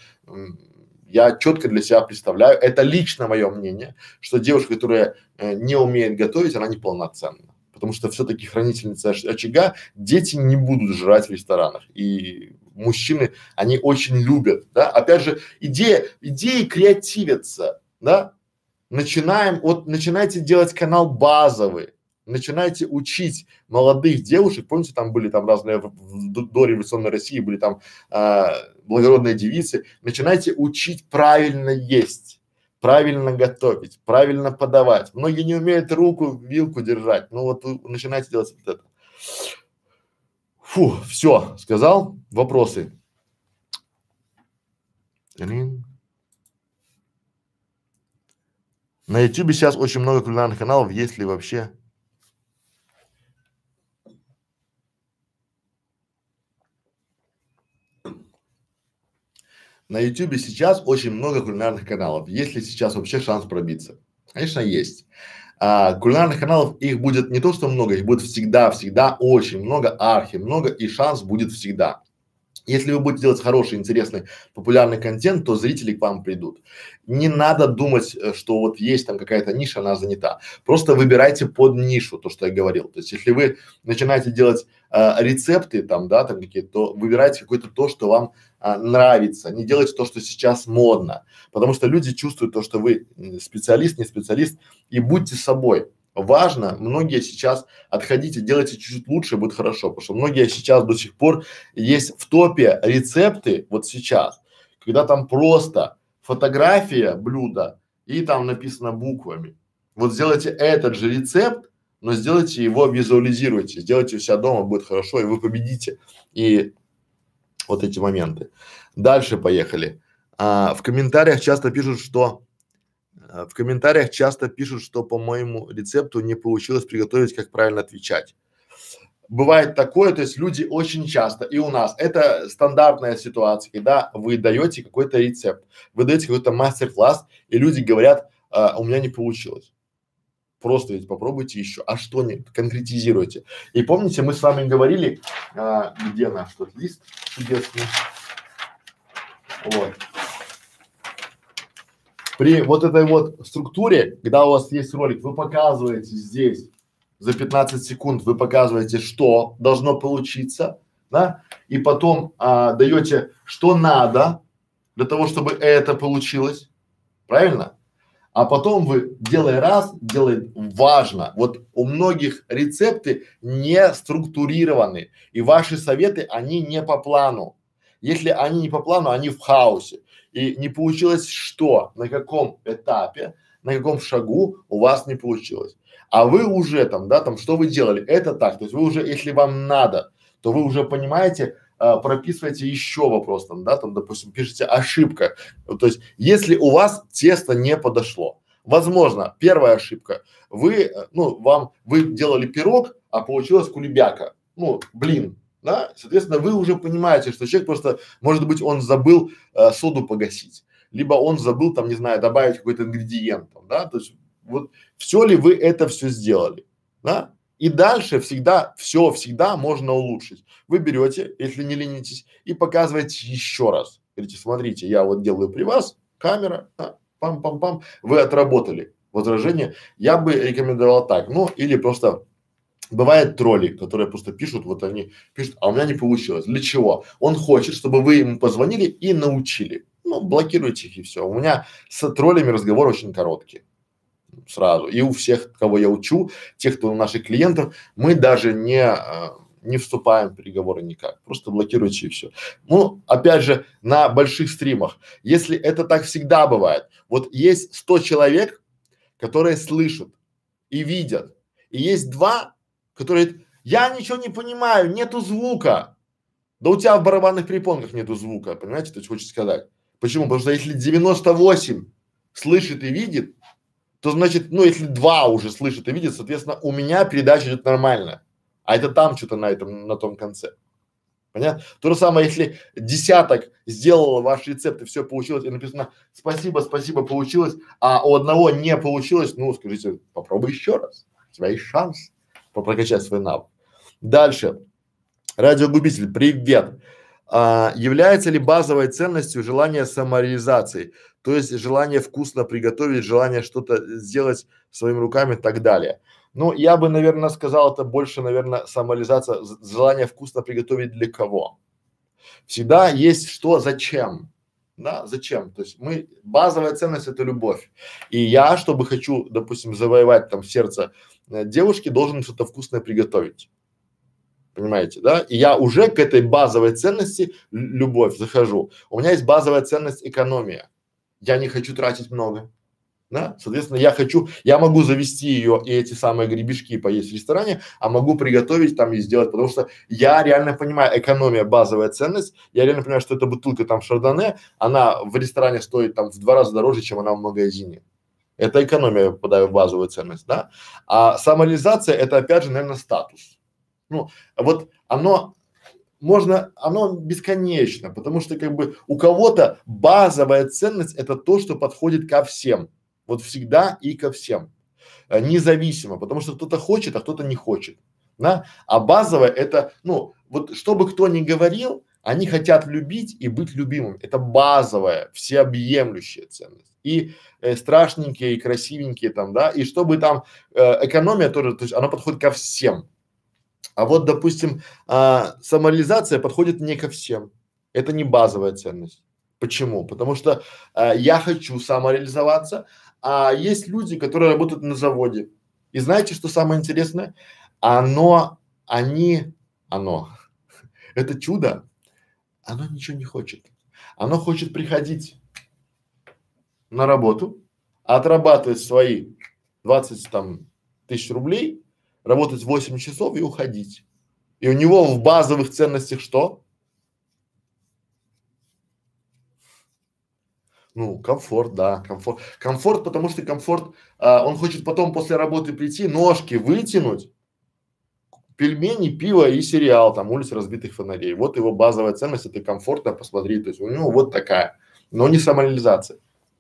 я четко для себя представляю, это лично мое мнение, что девушка, которая не умеет готовить, она неполноценна. Потому что все-таки хранительница очага, дети не будут жрать в ресторанах. И мужчины, они очень любят, да. Опять же, идеи креативятся, да. Начинайте делать канал базовый. Начинайте учить молодых девушек, помните, там были там разные в дореволюционной России были там благородные девицы. Начинайте учить правильно есть, правильно готовить, правильно подавать. Многие не умеют руку, вилку держать. Ну вот вы начинайте делать вот это. Фу, все, сказал. Вопросы? На YouTube сейчас очень много кулинарных каналов, есть ли вообще? На YouTube сейчас очень много кулинарных каналов. Есть ли сейчас вообще шанс пробиться? Конечно, есть. Кулинарных каналов их будет не то, что много, их будет всегда очень много, много, и шанс будет всегда. Если вы будете делать хороший, интересный, популярный контент, то зрители к вам придут. Не надо думать, что вот есть там какая-то ниша, она занята. Просто выбирайте под нишу, то, что я говорил. То есть, если вы начинаете делать рецепты там, да, там какие-то, то выбирайте какое-то то, что вам нравится. Не делайте то, что сейчас модно. Потому что люди чувствуют то, что вы специалист, не специалист, и будьте собой. Важно, многие сейчас отходите, делайте чуть-чуть лучше, будет хорошо, потому что многие сейчас до сих пор есть в топе рецепты, вот сейчас, когда там просто фотография блюда и там написано буквами. Вот сделайте этот же рецепт, но сделайте его, визуализируйте, сделайте у себя дома, будет хорошо, и вы победите. И вот эти моменты. Дальше поехали. В комментариях часто пишут, что по моему рецепту не получилось приготовить, как правильно отвечать. Бывает такое, то есть люди очень часто, и у нас, это стандартная ситуация, когда вы даете какой-то рецепт, вы даете какой-то мастер-класс, и люди говорят, у меня не получилось. Просто ведь попробуйте еще. А что не конкретизируйте. И помните, мы с вами говорили, где наш тот лист чудесный. Вот. При вот этой вот структуре, когда у вас есть ролик, вы показываете здесь за 15 секунд, вы показываете, что должно получиться, да, и потом даете, что надо для того, чтобы это получилось, правильно? А потом вы, делая раз, делает важно. Вот у многих рецепты не структурированы, и ваши советы, они не по плану. Если они не по плану, они в хаосе. И не получилось что, на каком этапе, на каком шагу у вас не получилось. А вы уже там, да, там, что вы делали, это так. То есть вы уже, если вам надо, то вы уже понимаете, прописываете еще вопрос там, да, там, допустим, пишете ошибка. То есть, если у вас тесто не подошло, возможно, первая ошибка, вы, вы делали пирог, а получилась кулебяка, блин, да, соответственно, вы уже понимаете, что человек просто, может быть, он забыл соду погасить, либо он забыл там, не знаю, добавить какой-то ингредиент, там, да, то есть вот все ли вы это все сделали, да? И дальше всегда можно улучшить. Вы берете, если не ленитесь, и показываете еще раз. Говорите, смотрите, я вот делаю при вас, камера, да, пам-пам-пам, вы отработали возражение. Я бы рекомендовал так, или просто бывает тролли, которые просто пишут, вот они пишут, а у меня не получилось. Для чего? Он хочет, чтобы вы ему позвонили и научили. Блокируйте их и все. У меня с троллями разговор очень короткий. Сразу. И у всех, кого я учу, тех, кто у наших клиентов, мы даже не вступаем в переговоры никак. Просто блокируйте и все. Опять же, на больших стримах, если это так всегда бывает, вот есть 100 человек, которые слышат и видят, и есть 2, которые говорят, я ничего не понимаю, нету звука. Да у тебя в барабанных перепонках нету звука, понимаете, то есть хочется сказать. Почему? Потому что если 98 слышит и видит, то значит, если 2 уже слышит и видит, соответственно, у меня передача идет нормально, а это там что-то на том конце. Понятно? То же самое, если десяток сделал ваш рецепт и все получилось, и написано спасибо, получилось, а у одного не получилось, скажите, попробуй еще раз, у тебя есть шанс прокачать свой навык. Дальше. Радиогубитель, привет. Является ли базовой ценностью желание самореализации, то есть желание вкусно приготовить, желание что-то сделать своими руками и так далее? Я бы, наверное, сказал, это больше, наверное, самореализация, желание вкусно приготовить для кого? Всегда есть что, зачем, да, зачем? То есть базовая ценность это любовь. И я, чтобы хочу, допустим, завоевать там сердце девушки, должен что-то вкусное приготовить. Понимаете, да? И я уже к этой базовой ценности любовь захожу. У меня есть базовая ценность экономия. Я не хочу тратить много, да? Соответственно, я могу завести ее и эти самые гребешки поесть в ресторане, а могу приготовить там и сделать, потому что я реально понимаю, экономия базовая ценность. Я реально понимаю, что эта бутылка там шардоне, она в ресторане стоит там в 2 раза дороже, чем она в магазине. Это экономия, я попадаю в базовую ценность, да? А самореализация это опять же, наверное, статус. Вот оно бесконечно, потому что как бы у кого-то базовая ценность это то, что подходит ко всем, вот всегда и ко всем, независимо, потому что кто-то хочет, а кто-то не хочет, да, а базовая это, вот что бы кто ни говорил, они хотят любить и быть любимым, это базовая, всеобъемлющая ценность. И страшненькие, и красивенькие там, да, и чтобы там экономия тоже, то есть она подходит ко всем. А вот, допустим, самореализация подходит не ко всем. Это не базовая ценность. Почему? Потому что я хочу самореализоваться, а есть люди, которые работают на заводе. И знаете, что самое интересное? Это чудо, оно ничего не хочет. Оно хочет приходить на работу, отрабатывать свои 20 тысяч рублей, работать 8 часов и уходить. И у него в базовых ценностях что? Ну, комфорт, да, комфорт. Комфорт, потому что комфорт, он хочет потом после работы прийти, ножки вытянуть, пельмени, пиво и сериал, там, улица разбитых фонарей. Вот его базовая ценность, это комфортно посмотри, то есть у него вот такая, но не самореализация.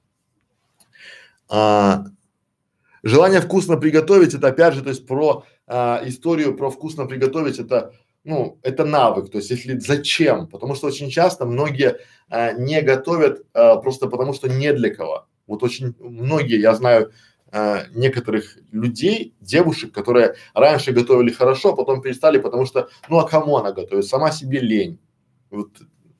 Желание вкусно приготовить, это опять же, то есть про историю про вкусно приготовить, это, ну, это навык, то есть если зачем, потому что очень часто многие не готовят просто потому, что не для кого. Вот очень многие, я знаю некоторых людей, девушек, которые раньше готовили хорошо, а потом перестали, потому что, ну а кому она готовит, сама себе лень. Вот.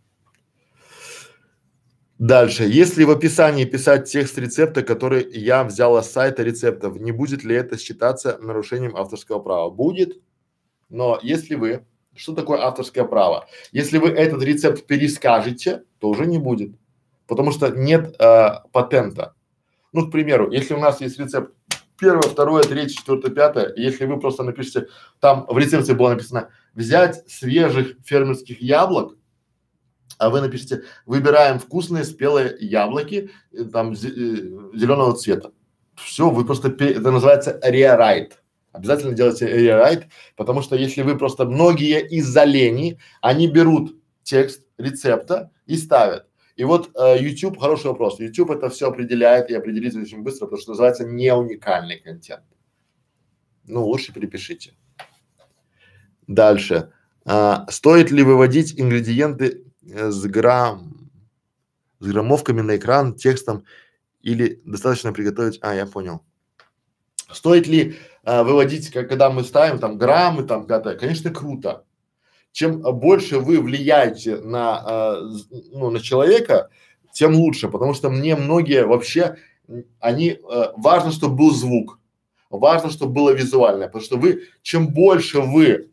Дальше. Если в описании писать текст рецепта, который я взяла с сайта рецептов, не будет ли это считаться нарушением авторского права? Будет, но если вы, что такое авторское право? Если вы этот рецепт перескажете, то уже не будет, потому что нет патента. Ну, к примеру, если у нас есть рецепт первое, второе, третье, четвертое, пятое, если вы просто напишите, там в рецепте было написано взять свежих фермерских яблок, а вы напишите, выбираем вкусные спелые яблоки, там зеленого цвета. Все, вы просто, это называется rewrite. Обязательно делайте rewrite, потому что если вы просто, многие из-за лени, они берут текст рецепта и ставят. И вот YouTube, хороший вопрос, YouTube это все определяет и определит очень быстро, потому что называется не уникальный контент. Ну, лучше перепишите. Дальше. Стоит ли выводить ингредиенты с граммовками на экран, текстом или достаточно приготовить? Я понял. Стоит ли выводить, когда мы ставим там граммы, там пятое? Конечно, круто. Чем больше вы влияете на, ну, на человека, тем лучше, потому что мне многие вообще, они, важно, чтобы был звук, важно, чтобы было визуальное, потому что вы, чем больше вы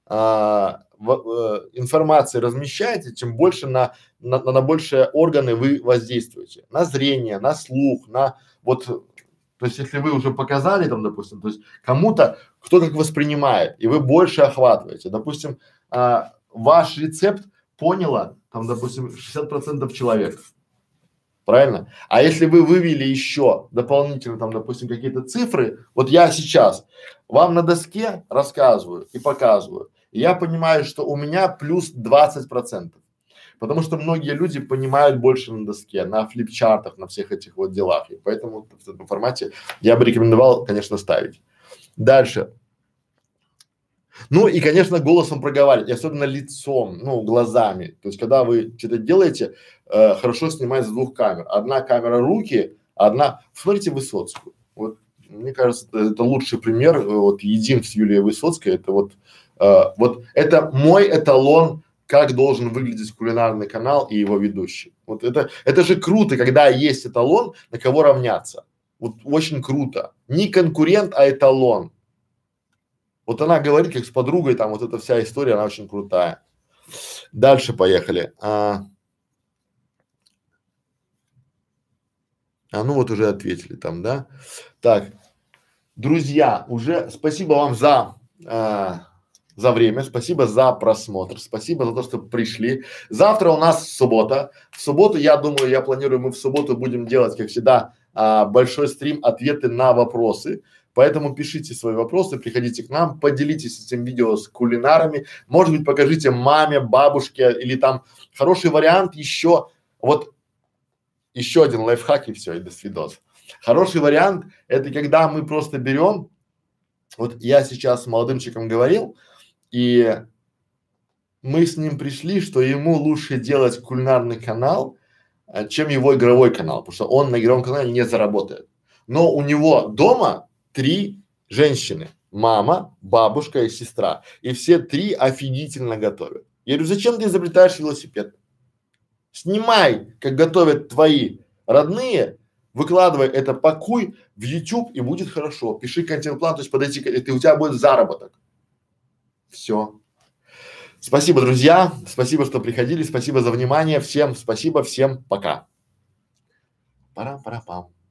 информации размещаете, тем больше на большие органы вы воздействуете, на зрение, на слух, на вот, то есть если вы уже показали там, допустим, то есть кому-то, кто как воспринимает, и вы больше охватываете, допустим, ваш рецепт поняло там, допустим, 60% человек. Правильно? А если вы вывели еще дополнительно там, допустим, какие-то цифры, вот я сейчас вам на доске рассказываю и показываю, и я понимаю, что у меня плюс 20%. Потому что многие люди понимают больше на доске, на флипчартах, на всех этих вот делах. И поэтому в этом формате я бы рекомендовал, конечно, ставить. Дальше. Ну и, конечно, голосом проговаривать, и особенно лицом, ну, глазами. То есть, когда вы что-то делаете, хорошо снимать с двух камер. Одна камера руки, одна… Смотрите Высоцкую. Вот, мне кажется, это лучший пример. Вот едим с Юлией Высоцкой. Это вот, вот это мой эталон, как должен выглядеть кулинарный канал и его ведущий. Вот это же круто, когда есть эталон, на кого равняться. Вот очень круто. Не конкурент, а эталон. Вот она говорит, как с подругой, там вот эта вся история, она очень крутая. Дальше поехали. Ну вот уже ответили там, да? Так, друзья, уже спасибо вам за время, спасибо за просмотр, спасибо за то, что пришли. Завтра у нас суббота. В субботу, я думаю, я планирую, мы в субботу будем делать, как всегда, большой стрим, ответы на вопросы. Поэтому пишите свои вопросы, приходите к нам, поделитесь этим видео с кулинарами, может быть, покажите маме, бабушке или там хороший вариант еще, вот еще один лайфхак и все, и до свидос. Хороший вариант – это когда мы просто берем, вот я сейчас с молодым человеком говорил, и мы с ним пришли, что ему лучше делать кулинарный канал, чем его игровой канал, потому что он на игровом канале не заработает. Но у него дома 3 женщины, мама, бабушка и сестра, и все 3 офигительно готовят. Я говорю, зачем ты изобретаешь велосипед? Снимай, как готовят твои родные, выкладывай это, пакуй в YouTube и будет хорошо. Пиши контент-план, то есть подойти, и у тебя будет заработок. Все. Спасибо, друзья, спасибо, что приходили, спасибо за внимание, всем спасибо, всем пока. Пара-пара-пам.